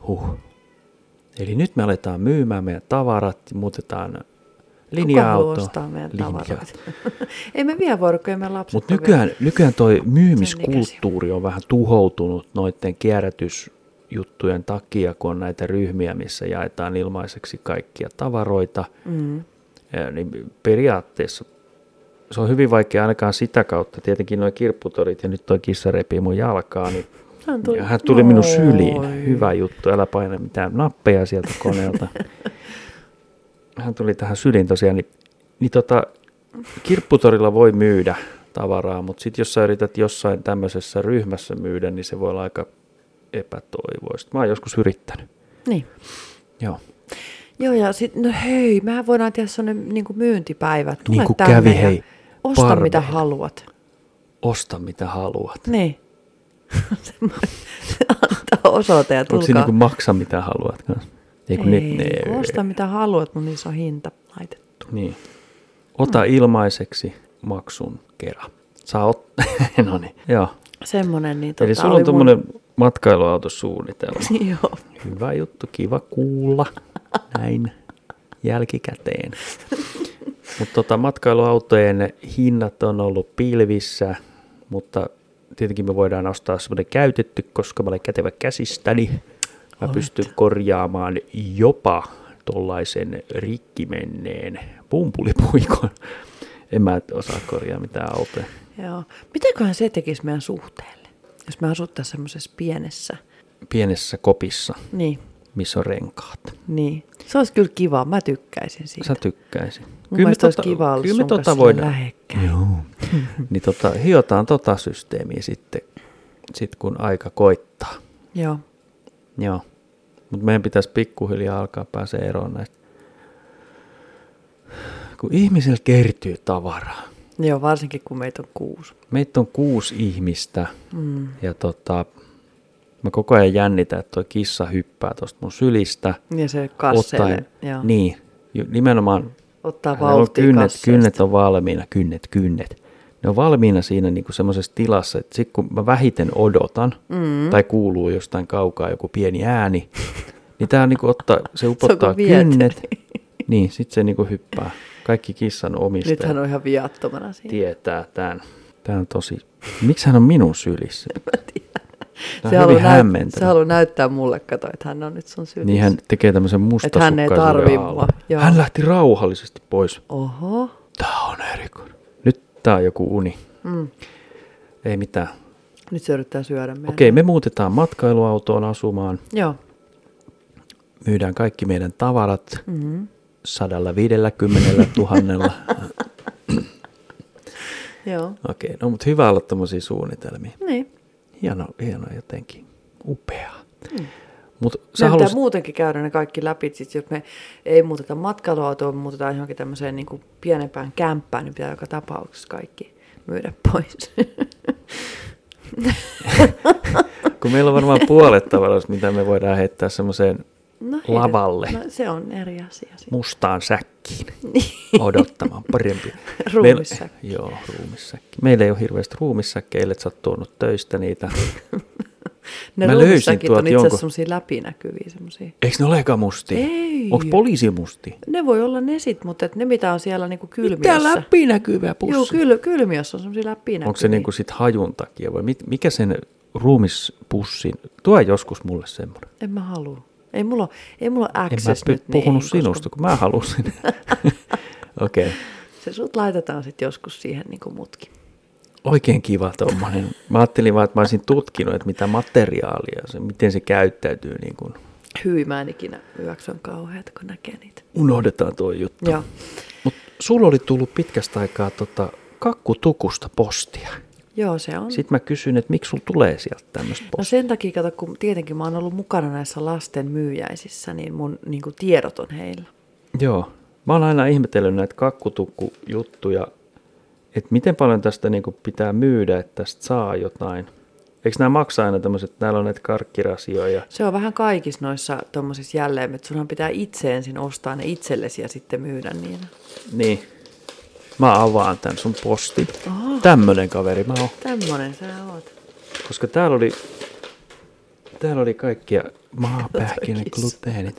Eli nyt me aletaan myymään meidän tavarat, muutetaan linja-autoa. Kuka meidän tavarat? Ei me vielä voida, kun ei meidän lapset. Mutta nykyään toi myymiskulttuuri on vähän tuhoutunut noiden kierrätysjuttujen takia, kun on näitä ryhmiä, missä jaetaan ilmaiseksi kaikkia tavaroita. Niin periaatteessa se on hyvin vaikea ainakaan sitä kautta. Tietenkin nuo kirpputorit ja nyt toi kissa repii mun jalkaa, niin hän tuli minun syliin. Hyvä juttu, älä paina mitään nappeja sieltä koneelta. Hän tuli tähän syliin tosiaan. Kirpputorilla voi myydä tavaraa, mutta sitten jos sä yrität jossain tämmöisessä ryhmässä myydä, niin se voi olla aika epätoivoista. Mä oon joskus yrittänyt. Niin. Joo. Joo, ja sitten, no hei, mehän voidaan tehdä sellainen niin myyntipäivä. Tule niin kuin tänne kävi, hei, osta parveilla. Mitä haluat. Osta mitä haluat. Niin. Antaa osoite ja tulkaa. Onko siinä niin kuin maksa mitä haluat? Ei, osta mitä haluat, mutta niissä on hinta laitettu. Niin. Ota ilmaiseksi maksun kerran. Saa no niin, joo. Semmoinen. Niin eli sulla on tuommoinen matkailuautosuunnitelma. Joo. Hyvä juttu, kiva kuulla. Näin jälkikäteen. Mutta matkailuautojen hinnat on ollut pilvissä, mutta tietenkin me voidaan ostaa semmoinen käytetty, koska mä olen kätevä käsistäni. Mä pystyn korjaamaan jopa tollaisen rikkimenneen pumpulipuikon. En mä osaa korjaa mitään autoja. Joo. Mitenköhän se tekisi meidän suhteelle, jos me asuttaisiin semmoisessa pienessä kopissa, niin. Missä on renkaat. Niin. Se olisi kyllä kiva. Mä tykkäisin siitä. Sä tykkäisin. Mun mielestä olisi kiva olla sun kanssa lähekkäin. Joo. Niin hiotaan systeemiä sitten kun aika koittaa. Joo. Joo. Mutta meidän pitäisi pikkuhiljaa alkaa pääsee eroon näistä. Kun ihmisellä kertyy tavaraa. Joo, varsinkin kun meitä on 6. Meitä on 6 ihmistä. Ja mä koko ajan jännitän, että toi kissa hyppää tuosta mun sylistä. Ja se kasselee. Niin, nimenomaan. Ottaa vauhtia kynnet on valmiina, kynnet. Ne on valmiina siinä niinku semmoisessa tilassa, että sit kun mä vähiten odotan, tai kuuluu jostain kaukaa joku pieni ääni, niin tää niinku se upottaa kynnet. Niin, sit se niinku hyppää. Kaikki kissan omistajat. Nyt hän on ihan viattomana siinä. Tietää tämän. Tää on tosi. Miksi hän on minun sylissä? Mä tiedän. Se haluaa näyttää mulle, kato, että hän on nyt sun sylissä. Niin hän tekee tämmöisen mustasukkaisuuden. Että hän ei tarvii mua. Joo. Hän lähti rauhallisesti pois. Oho. Tää on erikoinen. Nyt tää on joku uni. Ei mitään. Nyt se yrittää syödä meidän. Okei, me muutetaan matkailuautoon asumaan. Joo. Myydään kaikki meidän tavarat 150 000. Joo. Okei, no mutta hyvä olla tommosia suunnitelmia. Niin. Hieno jotenkin. Upeaa. Me pitää muutenkin käydä ne kaikki läpi. Siis jos me ei muuteta matkailuautoa, me muutetaan johonkin tämmöiseen niin kuin pienempään kämppään, niin pitää joka tapauksessa kaikki myydä pois. Kun meillä on varmaan puolet tavaroista, mitä me voidaan heittää semmoiseen lavalle. No, se on eri asia. Mustaan säkkiin odottamaan parempi. Ruumissäkki. Joo, ruumissäkki. Meillä ei ole hirveästi ruumissäkkejä, ellei sä oot tuonut töistä niitä. Ne ruumissäkit on itse asiassa semmosia läpinäkyviä. Eikö ne olekaan mustia? Ei. Onko poliisi musti? Ne voi olla ne sit, mutta ne mitä on siellä niinku kylmiössä. Mitä läpinäkyvää pussi? Joo, kylmiössä on semmosia läpinäkyviä. Onko se niinku sit hajun takia vai mikä sen ruumispussin? Tuo joskus mulle semmoinen. En mä halua. Ei mulla access nyt niihin. En mä puhunut sinusta, kun mä halusin. Okei. Okay. Se sut laitetaan sit joskus siihen niinku mutkin. Oikein kiva tommonen. Mä ajattelin vaan, että mä olisin tutkinut, että mitä materiaalia, miten se käyttäytyy. Niin kuin. Hyi, mä en ikinä yöksi on kauheata, kun näkee niitä. Unohdetaan tuo juttu. Mutta sulla oli tullut pitkästä aikaa kakkutukusta postia. Joo, se on. Sitten mä kysyin, että miksi sulla tulee sieltä tämmöistä postia? No sen takia, kato, kun tietenkin mä oon ollut mukana näissä lasten myyjäisissä, niin mun niin kuin tiedot on heillä. Joo. Mä oon aina ihmetellyt näitä kakkutukkujuttuja, että miten paljon tästä niin kuin pitää myydä, että tästä saa jotain. Eikö nämä maksaa aina tämmöiset, täällä on näitä karkkirasioja? Se on vähän kaikissa noissa tommosissa jälleen, että sunhan pitää itse ensin ostaa ne itsellesi ja sitten myydä niitä. Niin. Mä avaan tän sun postin. Tämmönen kaveri mä oon. Tämmönen sä oot. Koska täällä oli kaikkia maapähkinä, gluteenit.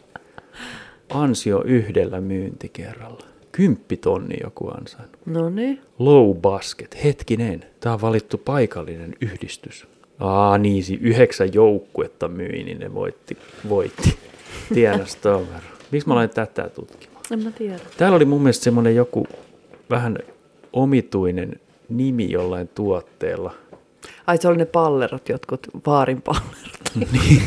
Ansio yhdellä myyntikerralla. 10 000 joku ansainnut. No niin. Low Basket. Hetkinen. Tää on valittu paikallinen yhdistys. Niin, 9 joukkuetta myi, niin ne voitti. Tienas ton verran. Miksi mä aloin tätä tutkimaan? En mä tiedä. Täällä oli mun mielestä semmonen joku vähän omituinen nimi jollain tuotteella. Ai se oli ne pallerot, jotkut vaarin pallerot. Niin.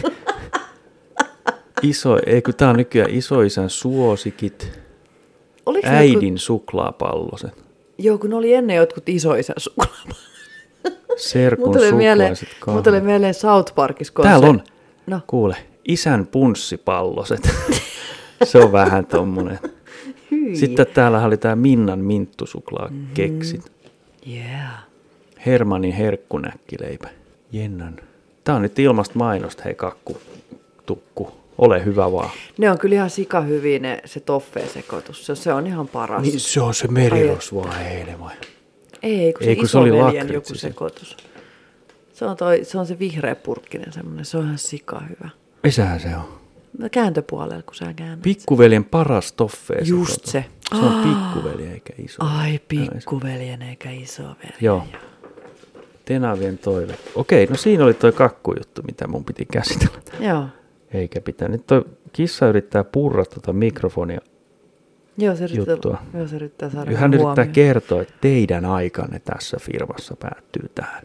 Kun tää on nykyään isoisän suosikit. Oliko äidin suklaapalloset. Joo, kun ne oli ennen jotkut isoisän suklaapalloset. Serkun suklaiset kahvit. Mut oli mieleen South Parkissa. Täällä on. No. Kuule, isän punssipalloset. Se on vähän tommonen. Hyi. Sitten täällä oli tää Minnan minttusuklaa keksit. Yeah. Hermannin herkkunäkkileipä. Jennan. Tää on nyt ilmasta mainosta, hei kakkutukku. Ole hyvä vaan. Ne on kyllä ihan sikahyviä se toffee-sekoitus. Se on ihan paras. Niin se on se merirosvoa eilen vai? Ei, kun se isoveljen joku sekoitus. Se on se vihreä purkkinen semmoinen. Se on ihan sikahyvä. Misähän se on? Kääntöpuolella, kun sä käännät. Pikkuveljen paras toffee. Just se. Se on pikkuveli eikä iso. Ai, pikkuveljen eikä isoveli. Joo. Tenavien toive. Okei, no siinä oli toi kakkujuttu, mitä mun piti käsitellä. Joo. Eikä pitää. Nyt toi kissa yrittää purra tuota mikrofonia. Joo, se yrittää saada hän yrittää kertoa, että teidän aikanne tässä firmassa päättyy tähän.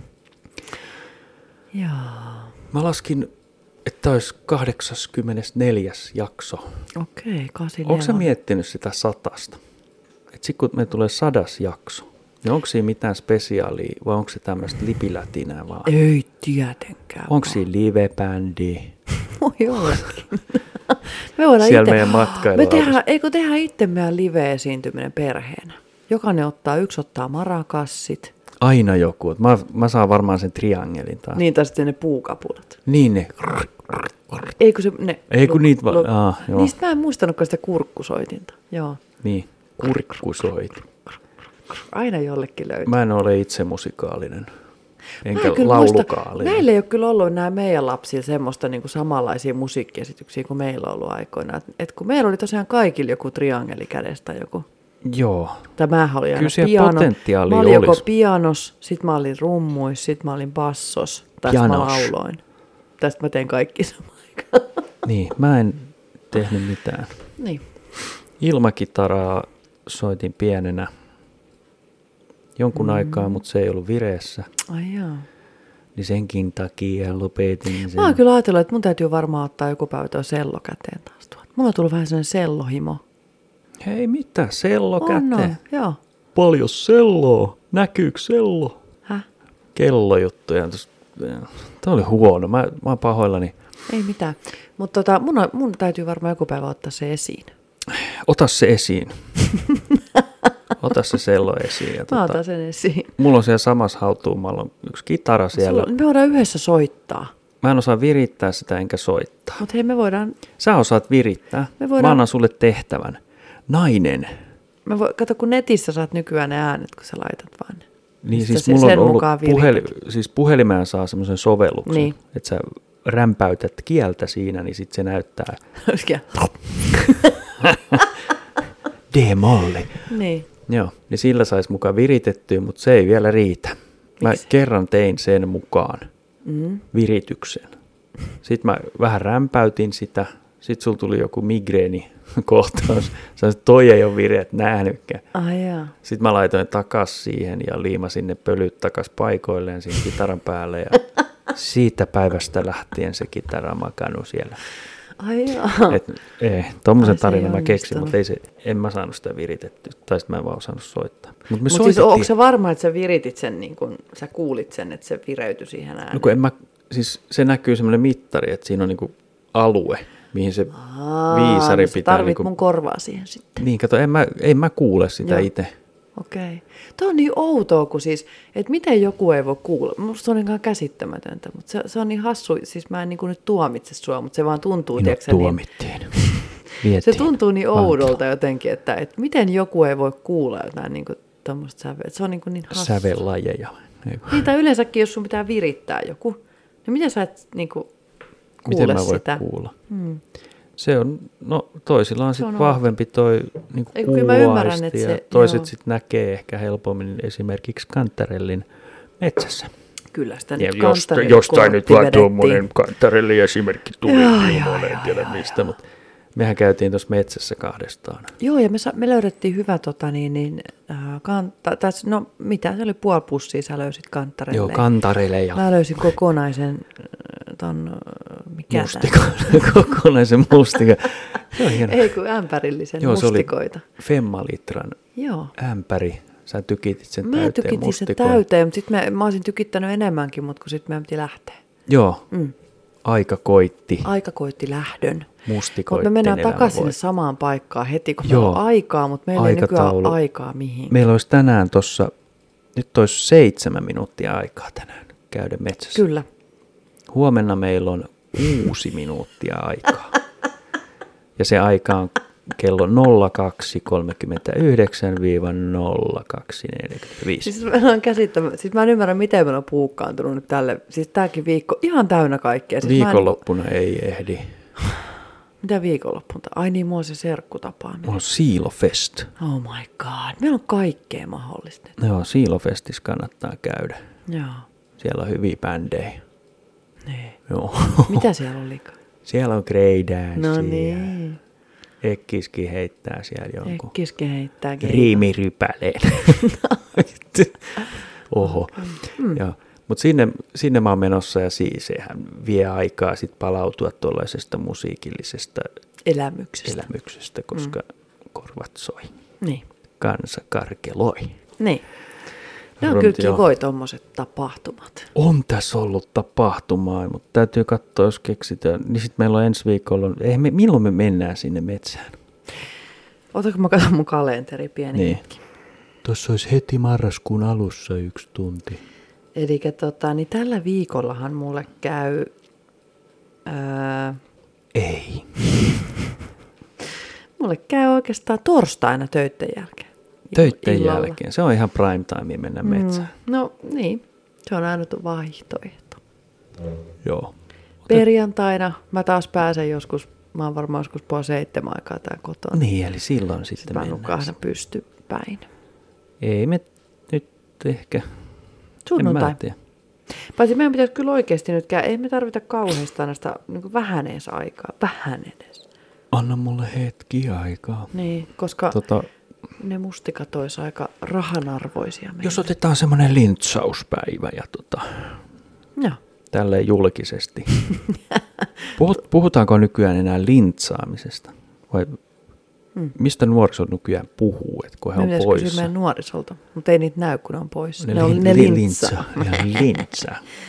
Joo. Mä laskin, että olisi 84. jakso. Okei, 84. Onko sä miettinyt sitä 100? Että sitten kun me tulee 100 jakso, niin onko siinä mitään spesiaalia vai onko se tämmöistä lipilätinää vaan? Ei tietenkään. Onko siinä live-bändi? Voi ollakin. Me voidaan siellä meidän matkailuautossa. Eikö tehdä itse meidän live-esiintyminen perheenä? Yksi ottaa marakassit. Aina joku. Mä saan varmaan sen triangelin taas. Niin, tai sitten ne puukapulat. Niin ne. Eikö se ne? Eikö niitä joo. Niistä mä en muistanutkaan sitä kurkkusoitinta. Joo. Niin, kurkkusoitin. Aina jollekin löytyy. Mä en ole itse musikaalinen. Enkä laulukaalinen. Meillä ei ole kyllä ollut nämä meidän lapsilla semmoista niin kuin samanlaisia musiikkiesityksiä kuin meillä on ollut aikoina. Et kun meillä oli tosiaan kaikilla joku triangeli kädestä joku. Joo. Tai mähän olin aina piano. Mä olin joko pianos, sit mä olin rummuis, sit mä olin bassos. Tästä mä lauloin. Tästä mä tein kaikki samaan aikaan. Niin, mä en tehnyt mitään. Niin. Ilmakitaraa soitin pienenä jonkun aikaa, mutta se ei ollut vireessä. Ai joo. Niin senkin takia lopetin sen. Mä oon kyllä ajatellut, että mun täytyy varmaan ottaa joku päivä tuo sello käteen taas tuolta. Mulla on tullut vähän sellainen sellohimo. Hei, mitä? Sello käteen? Joo. Paljon selloa. Näkyykö sello? Häh? Kellojuttuja. Tämä oli huono. Mä oon pahoillani. Ei mitään. Mutta mun täytyy varmaan joku päivä ottaa se esiin. Ota se esiin. Ota se sello esiin. Ja mä otan sen esiin. Mulla on siellä samassa hautuumalla on yksi kitara siellä. Me voidaan yhdessä soittaa. Mä en osaa virittää sitä enkä soittaa. Mutta hei, me voidaan... Sä osaat virittää. Mä annan sulle tehtävän. Nainen. Kato, kun netissä saat nykyään ne äänet, kun sä laitat vaan ne. Niin siis mulla on ollut puhelimeen saa semmoisen sovelluksen, niin. Että sä rämpäytät kieltä siinä, niin sitten se näyttää. D-molli. Niin. Joo, niin sillä saisi mukaan viritettyä, mutta se ei vielä riitä. Mä kerran tein sen mukaan virityksen. Sitten mä vähän rämpäytin sitä. Sitten sulla tuli joku migreenikohtaus. Sanoin, että toi ei ole vireet nähnytkään. Sitten mä laitoin takas siihen ja liimasin ne pölyt takas paikoilleen siinä kitaran päälle. Ja siitä päivästä lähtien se kitara makannut siellä. Tommosen tarinan mä keksin, mutta en mä saanut sitä viritettyä. Tai sitten mä en vaan osannut soittaa. Mutta siis onko se varma, että sä viritit sen, niin kun sä kuulit sen, että se vireytyi siihen ääneen? No kun siis se näkyy semmoinen mittari, että siinä on niinku alue, mihin se viisari pitää. Tarvit mun korvaa siihen sitten. Niin, kato, en mä kuule sitä itse. Okei. Tuo on niin outoa, kun siis, että miten joku ei voi kuulla. Musta se on ihan käsittämätöntä, mutta se on niin hassu. Siis mä en niin kuin nyt tuomitse sua, mutta se vaan tuntuu. Tuomittiin. Se tuntuu niin oudolta jotenkin, että miten joku ei voi kuulla jotain niin kuin tommoista säveä. Se on niin hassu. Sävelajeja. Niitä yleensäkin, jos sun pitää virittää joku, niin miten sä et niin kuin kuule sitä? Miten mä voin kuulla? Se on, no toisilla on sitten vahvempi toi niinku kuuloaisti ja toiset sitten näkee ehkä helpommin esimerkiksi kantarellin metsässä. Kyllä sitä nyt jostain nyt vaan tuommoinen kantarellin esimerkki tuli, en tiedä mistä, mutta mehän käytiin tuossa metsässä kahdestaan. Joo, ja me löydettiin hyvä no mitä, se oli puoli pussia, sä löysit kantarelle. Joo, kantareleja. Mä löysin kokonaisen kokonaisen mustikan. Ei kun ämpärillisen mustikoita. Se oli Femmalitran ämpäri. Sä tykitit sen täyteen mustikoita. Mä tykitin sen täyteen, mutta sitten mä olisin tykittänyt enemmänkin, mutta kun sitten meidän piti lähteä. Joo, aika koitti. Aika koitti lähdön. Mustikoitten me mennään takaisin sinne samaan paikkaan heti, kun meillä on aikaa, mutta meillä ei nykyään aikaa mihin. Meillä olisi tänään tuossa, nyt olisi 7 minuuttia aikaa tänään käydä metsässä. Kyllä. Huomenna meillä on 6 minuuttia aikaa. Ja se aika on kello 02.39-02.45. Siis mä en ymmärrä, miten meillä on puukkaantunut nyt tälle. Siis tääkin viikko ihan täynnä kaikkea. Siis viikonloppuna ei ehdi. Mitä viikonloppuna? Ai niin, mua on se serkkutapaaminen. On Siilofest. Oh my god, meillä on kaikkea mahdollista. Joo, Siilofestissä kannattaa käydä. Joo. Siellä on hyviä bändejä. Niin. Joo. Mitä siellä on liikaa? Siellä on Grey Dance. No niin. Ekkiskin heittää siellä jonkun. Ekkiskin heittää. Riimirypäleen. Oho. Mutta sinne mä oon menossa ja sehän vie aikaa sit palautua tuollaisesta musiikillisesta elämyksestä, koska korvat soi. Niin. Kansa karkeloi. Niin. Ne on kyllä kivoja tommoset tapahtumat. On tässä ollut tapahtumaa, mutta täytyy katsoa, jos keksitään. Niin sitten meillä on ensi viikolla, milloin me mennään sinne metsään? Otanko mä katson mun kalenteri pieni hetki? Tuossa olisi heti marraskuun alussa 1 tunti. Eli niin tällä viikollahan mulle käy... Ei. Mulle käy oikeastaan torstaina töitten jälkeen. Töitten jälkeen. Se on ihan prime time mennä metsään. No niin, se on ainut vaihtoehto. Joo. Perjantaina mä taas pääsen joskus, mä oon varmaan joskus 6:30 aikaa tää kotona. Niin, eli silloin sitten mennään. Mä nukahdan pystypäin. Ei me nyt ehkä... Sunnuntai. Paitsi meidän pitäisi kyllä oikeasti nyt ei me tarvita kauheasti aina sitä niin vähän edes aikaa. Vähän edes. Anna mulle hetki aikaa. Niin, koska ne mustikat olisi aika rahanarvoisia meille. Jos otetaan semmoinen lintsauspäivä ja tälleen julkisesti. Puhutaanko nykyään enää lintsaamisesta? Vai mistä nuoriso nykyään puhuu, että kun he on poissa? Kysyä meidän nuorisolta, mutta ei niitä näy, kun ne on poissa. Ne lintsa. Lintsa.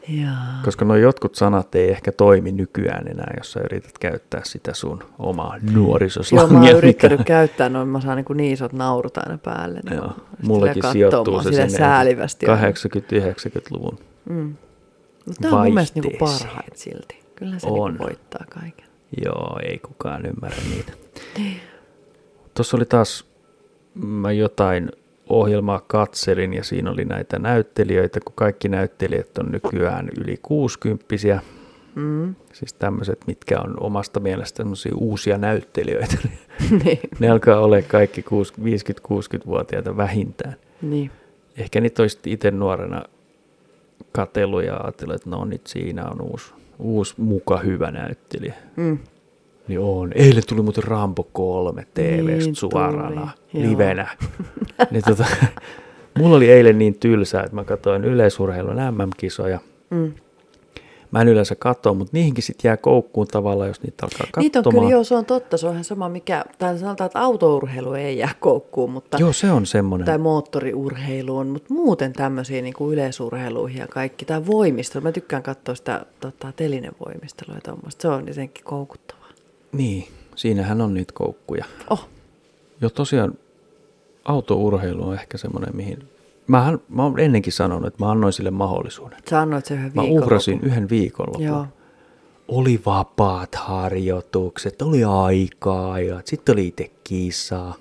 Koska nuo jotkut sanat ei ehkä toimi nykyään enää, jos sä yrität käyttää sitä sun omaa nuorisoslangia. Joo, mä oon yrittänyt käyttää noin, mä saan niin isot naurut aina päälle. Niin joo, mullakin sijoittuu se sinne 80-90-luvun Mutta nämä on mun mielestä niinku parhaita silti. Kyllä se niinku voittaa kaiken. Joo, ei kukaan ymmärrä niitä. Tuossa oli taas, mä jotain ohjelmaa katselin ja siinä oli näitä näyttelijöitä, kun kaikki näyttelijät on nykyään yli 60-vuotiaita. Siis tämmöiset, mitkä on omasta mielestä tämmöisiä uusia näyttelijöitä. Ne alkaa olla kaikki 50-60-vuotiaita vähintään. Niin. Ehkä niitä olisi itse nuorena katsellut ja ajatellut, että no nyt siinä on uusi muka hyvä näyttelijä. Niin on. Eilen tuli muuten Rambo 3 TV:stä niin suorana, livenä. Niin mulla oli eilen niin tylsää, että mä katsoin yleisurheilun MM-kisoja. Mä en yleensä katso, mutta niihinkin sitten jää koukkuun tavallaan, jos niitä alkaa katsomaan. Niitä on kyllä, joo, se on totta. Se on ihan sama, tai sanotaan, että autourheilu ei jää koukkuun, mutta joo, se on semmoinen. Tai moottoriurheilu on, mutta muuten tämmöisiä niin kuin yleisurheiluihin ja kaikki. Tai voimistelu. Mä tykkään katsoa sitä telinevoimistelua ja tuommoista. Se on jotenkin koukuttavaa. Niin, siinähän on niitä koukkuja. Jo tosiaan autourheilu on ehkä semmoinen, mihin mä oon ennenkin sanonut, että mä annoin sille mahdollisuuden. Sä annoit sen yhden viikonlopun. Mä uhrasin yhden viikonlopun. Joo. Oli vapaat harjoitukset, oli aikaa ja sitten oli itse kisaa.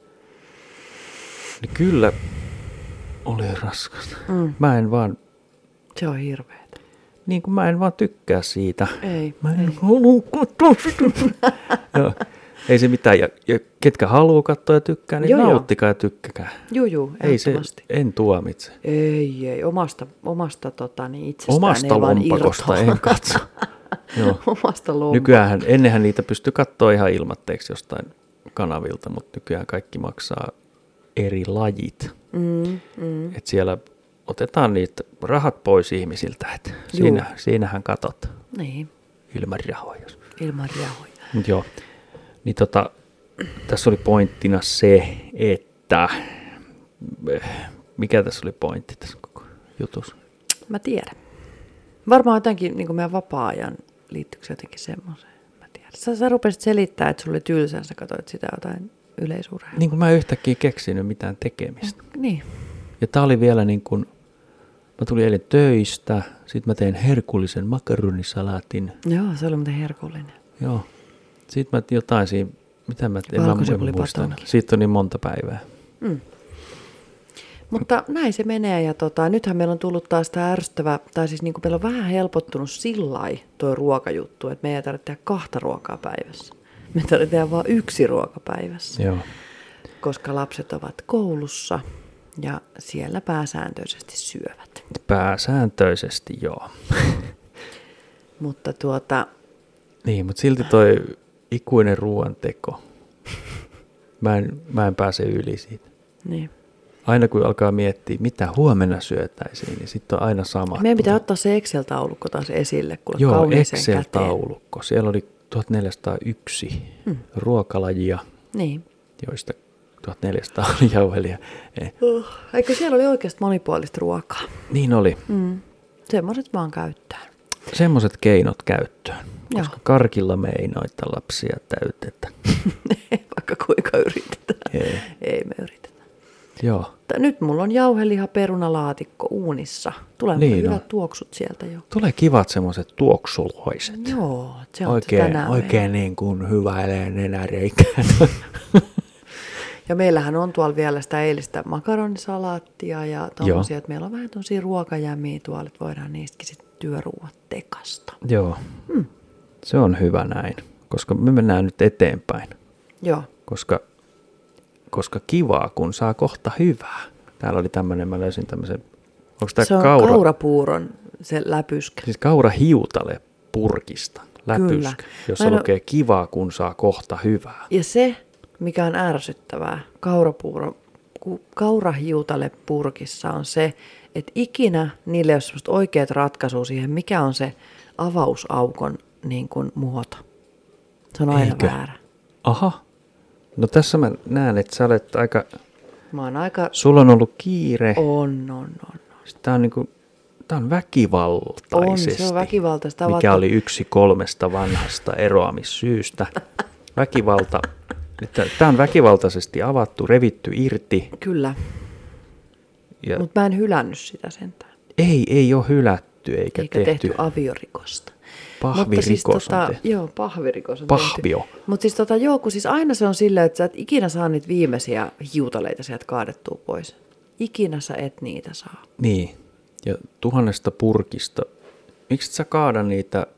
Niin kyllä oli raskasta. Mä en vaan... Se on hirveetä. Niin kuin mä en vaan tykkää siitä. Ei. Mä en halua katsoa sitä. Joo. Ei se mitään. Ja ketkä haluaa katsoa ja tykkää, niin nauttikaa ja tykkäkää. Joo, ehdottomasti. En tuomitse. Ei. Omasta itsestään omasta lompakosta en katso. Joo. Omasta lompakosta. Nykyään, ennenhän niitä pystyy katsoa ihan ilmatteeksi jostain kanavilta, mutta nykyään kaikki maksaa eri lajit. Että siellä otetaan niitä rahat pois ihmisiltä. Että siinähän katot. Niin. Ilman rahoja. Mut joo. Niin tässä oli pointtina se, että mikä tässä oli pointti tässä koko jutussa? Mä tiedän. Varmaan jotenkin niin kuin meidän vapaa-ajan liittyykö jotenkin semmoiseen. Mä tiedän. Sä rupesit selittämään, että sulle oli tylsää, sä katsoit sitä jotain yleisurheilua. Niin kuin mä yhtäkkiä keksinyt mitään tekemistä. Niin. Ja tää oli vielä niin kuin, mä tulin eilen töistä, sit mä tein herkullisen makaronisalatin. Joo, se oli muuten herkullinen. Joo. Sitten mä jotain siinä, mitä mä en muista. Siitä on niin monta päivää. Mutta näin se menee ja nythän meillä on tullut taas tämä ärsyttävä, tai siis niin kuin meillä on vähän helpottunut sillai tuo ruokajuttu, että me ei tarvitse tehdä 2 ruokaa päivässä. Me tarvitsee tehdä vain 1 ruoka päivässä, joo. Koska lapset ovat koulussa ja siellä pääsääntöisesti syövät. Pääsääntöisesti, joo. Mutta Niin, mutta silti toi ikuinen ruoanteko. Mä en pääse yli siitä. Niin. Aina kun alkaa miettiä, mitä huomenna syötäisiin, niin sitten on aina sama. Meidän pitää ottaa se Excel-taulukko taas esille, kun joo, kauniiseen Excel-taulukko. Siellä oli 1401 ruokalajia, niin. Joista 1400 oli jauhelia. Eikö siellä oli oikeasti monipuolista ruokaa? Niin oli. Semmoiset vaan käyttöön. Semmoiset keinot käyttöön, koska karkilla me ei noita lapsia täytetä. Vaikka kuinka yritetään. Ei me yritetä. Joo. Nyt mulla on jauheliha perunalaatikko uunissa. Tulee niin hyvät tuoksut sieltä jo. Tulee kivat semmoiset tuoksuloiset. Joo, se on oikein niin kuin hyvä nenäreikää. Ja meillähän on tuolla vielä sitä eilistä makaronisalaattia ja tommosia, että meillä on vähän tommosia ruokajämiä tuolla, että voidaan niistäkin sitten työruuat tekasta. Joo, se on hyvä näin, koska me mennään nyt eteenpäin. Joo. Koska kivaa, kun saa kohta hyvää. Täällä oli tämmöinen, mä löysin tämmöisen, onko tämä se on kaurapuuron se läpyskä. Siis kaurahiutale purkista, läpyskä, jossa lukee kivaa, kun saa kohta hyvää. Ja se, mikä on ärsyttävää kaurahiutale purkissa on se, että ikinä niille ei ole semmoista oikeat ratkaisua siihen, mikä on se avausaukon niin kuin muoto. Se on aina väärä. Aha. No tässä mä näen, että sä olet aika... Mä oon aika... Sulla on ollut kiire. On. Tää on niinku Tämä on väkivaltaisesti. Se on väkivaltaista. Mikä oli 1 3 vanhasta eroamissyystä. Väkivalta. Tämä on väkivaltaisesti avattu, revitty irti. Kyllä. Mutta mä en hylännyt sitä sentään. Ei ole hylätty eikä tehty aviorikosta. Pahvirikos on tehty. Joo, pahvirikos on Pahvio. tehty. Mutta siis kun siis aina se on silleen, että sä et ikinä saa niitä viimeisiä hiutaleita sieltä kaadettua pois. Ikinä sä et niitä saa. Niin. Ja 1000 purkista. Miksi et sä kaada niitä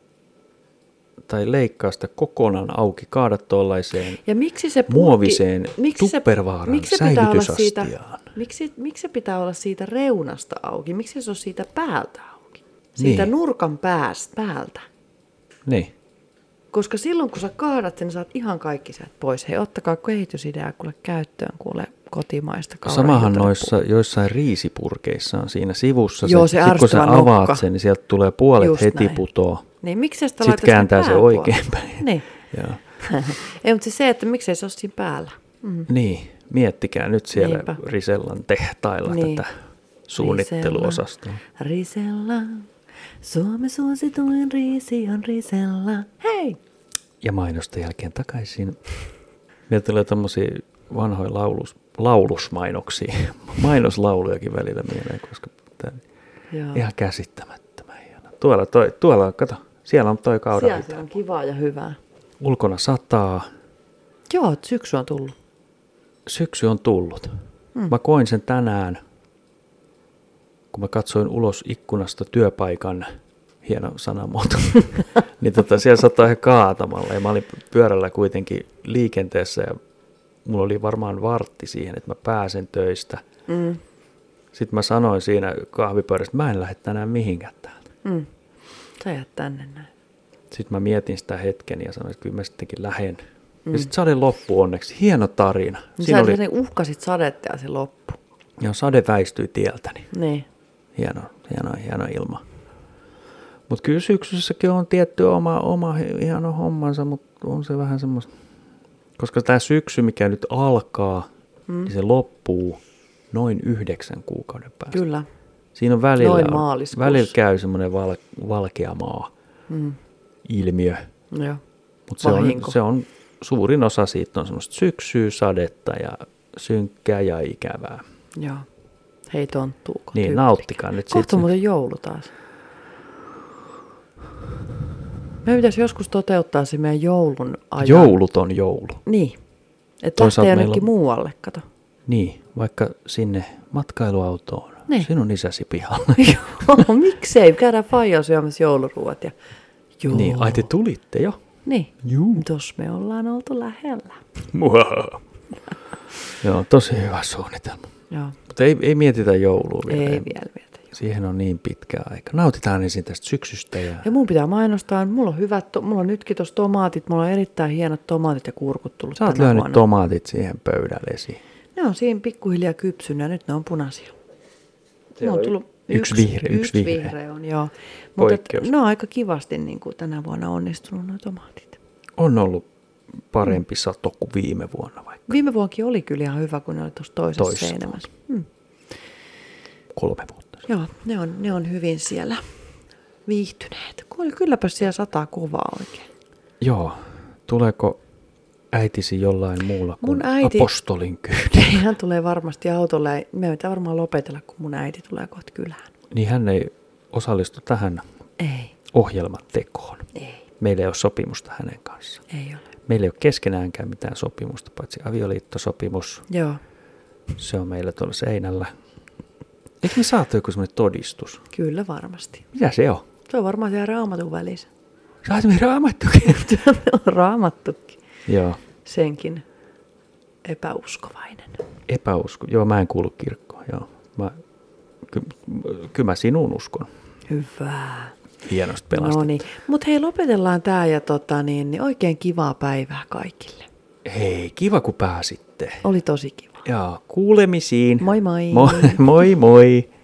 tai leikkaa sitä kokonaan auki, kaada tuollaiseen muoviseen tuppervaaran säilytysastiaan? Miksi se pitää olla siitä reunasta auki? Miksi se on siitä päältä auki? Siitä nurkan päältä. Niin. Koska silloin kun sä kaadat sen, saat ihan kaikki sieltä pois. Hei, ottakaa kehitysideaa kuule käyttöön, kuule kotimaista kaurahiutaleppua. Samahan noissa joissain riisipurkeissa on siinä sivussa. Joo, se sit kun sä avaat sen, niin sieltä tulee puolet just heti näin. Putoo. Niin, miksi sitä sitten kääntää se oikein päin. Niin. Ei, mutta siis se, että miksei se ole siinä päällä. Niin, miettikää nyt siellä Risellan tehtailla tätä suunnitteluosastoa. Risella, Suomen suosituin riisi on Risella. Hei! Ja mainosta jälkeen takaisin. Meillä tulee tommosia vanhoja laulusmainoksia. Mainoslaulujakin välillä mieleen, koska ihan käsittämättömän hieno. Tuolla on, kato, siellä on toi kaurahiutale. Siellä on kivaa ja hyvää. Ulkona sataa. Joo, syksy on tullut. Syksy on tullut. Mä koin sen tänään, kun mä katsoin ulos ikkunasta työpaikan, hieno sanamuoto, niin siellä sataa ihan kaatamalla. Ja mä olin pyörällä kuitenkin liikenteessä ja mulla oli varmaan vartti siihen, että mä pääsen töistä. Sitten mä sanoin siinä kahvipöydässä, että mä en lähde tänään mihinkään täältä. Sä jäät tänne näin. Sitten mä mietin sitä hetken ja sanoin, että kyllä mä sittenkin lähden. Ja sitten sade loppu onneksi. Hieno tarina. Sä uhkasit sadetta ja se loppu. Joo, sade väistyi tieltäni. Niin. Hieno ilma. Mutta kyllä syksyssäkin on tietty oma hieno hommansa, mutta on se vähän semmoista. Koska tämä syksy, mikä nyt alkaa, niin se loppuu noin 9 kuukauden päästä. Kyllä. Siinä on välillä käy semmoinen valkea maa ilmiö. Joo. Mutta se on suurin osa siitä on semmoista syksyä, sadetta ja synkkää ja ikävää. Joo. Hei tonttuu. Niin, nauttikaa nyt. Kohta on muuten joulu taas. Me pitäisi joskus toteuttaa se meidän joulun ajan. Jouluton joulu. Niin. Että lähtee jonnekin muualle, kato. Niin, vaikka sinne matkailuautoon. Niin. Sinun isäsi pihalla. Joo, miksei? Käydään faijaa syömässä jouluruuat. Niin, ai te tulitte jo? Niin. Tos me ollaan oltu lähellä. Joo, tosi hyvä suunnitelma. Joo. Mutta ei mietitä joulua vielä. Ei vielä mietitä. Siihen on niin pitkä aika. Nautitaan ensin tästä syksystä. Ja mun pitää mainostaa, mulla on hyvät, mulla on nytkin tuossa tomaatit, mulla on erittäin hienot tomaatit ja kurkut tullut. Sä oot lyönyt tomaatit siihen pöydälle esiin. Ne on siinä pikkuhiljaa kypsynyt ja nyt ne on punaisia. Ne on tullut yksi vihreä on, joo. Poikkeus. Ne on aika kivasti niin kuin tänä vuonna onnistunut nuo tomaatit. On ollut parempi sato kuin viime vuonna vaikka. Viime vuonnakin oli kyllä ihan hyvä, kun ne oli tuossa toisessa seinämässä. 3 vuotta. Joo, ne on hyvin siellä viihtyneet. Kylläpä siellä sataa kovaa oikein. Joo. Tuleeko äitisi jollain muulla kuin apostolin kyydillä? Hän tulee varmasti autolle. Me pitää varmaan lopetella, kun mun äiti tulee kohta kylään. Niin hän ei osallistu tähän ohjelman tekoon. Ei. Meillä ei ole sopimusta hänen kanssaan. Ei ole. Meillä ei ole keskenäänkään mitään sopimusta, paitsi avioliittosopimus. Joo. Se on meillä tuolla seinällä. Eikö me saatu joku semmoinen todistus? Kyllä varmasti. Mitä se on? Se on varmaan siellä Raamatun välissä. Saat me Raamattukin? Raamattukin. Joo. Senkin epäuskovainen. Joo, mä en kuulu kirkkoon. Joo. Kyllä mä sinuun uskon. Hyvä. Hienosti pelastettu. No niin, mutta hei, lopetellaan tää ja niin oikein kivaa päivää kaikille. Hei, kiva kun pääsitte. Oli tosi kiva. Joo, kuulemisiin. Moi moi. Moi moi.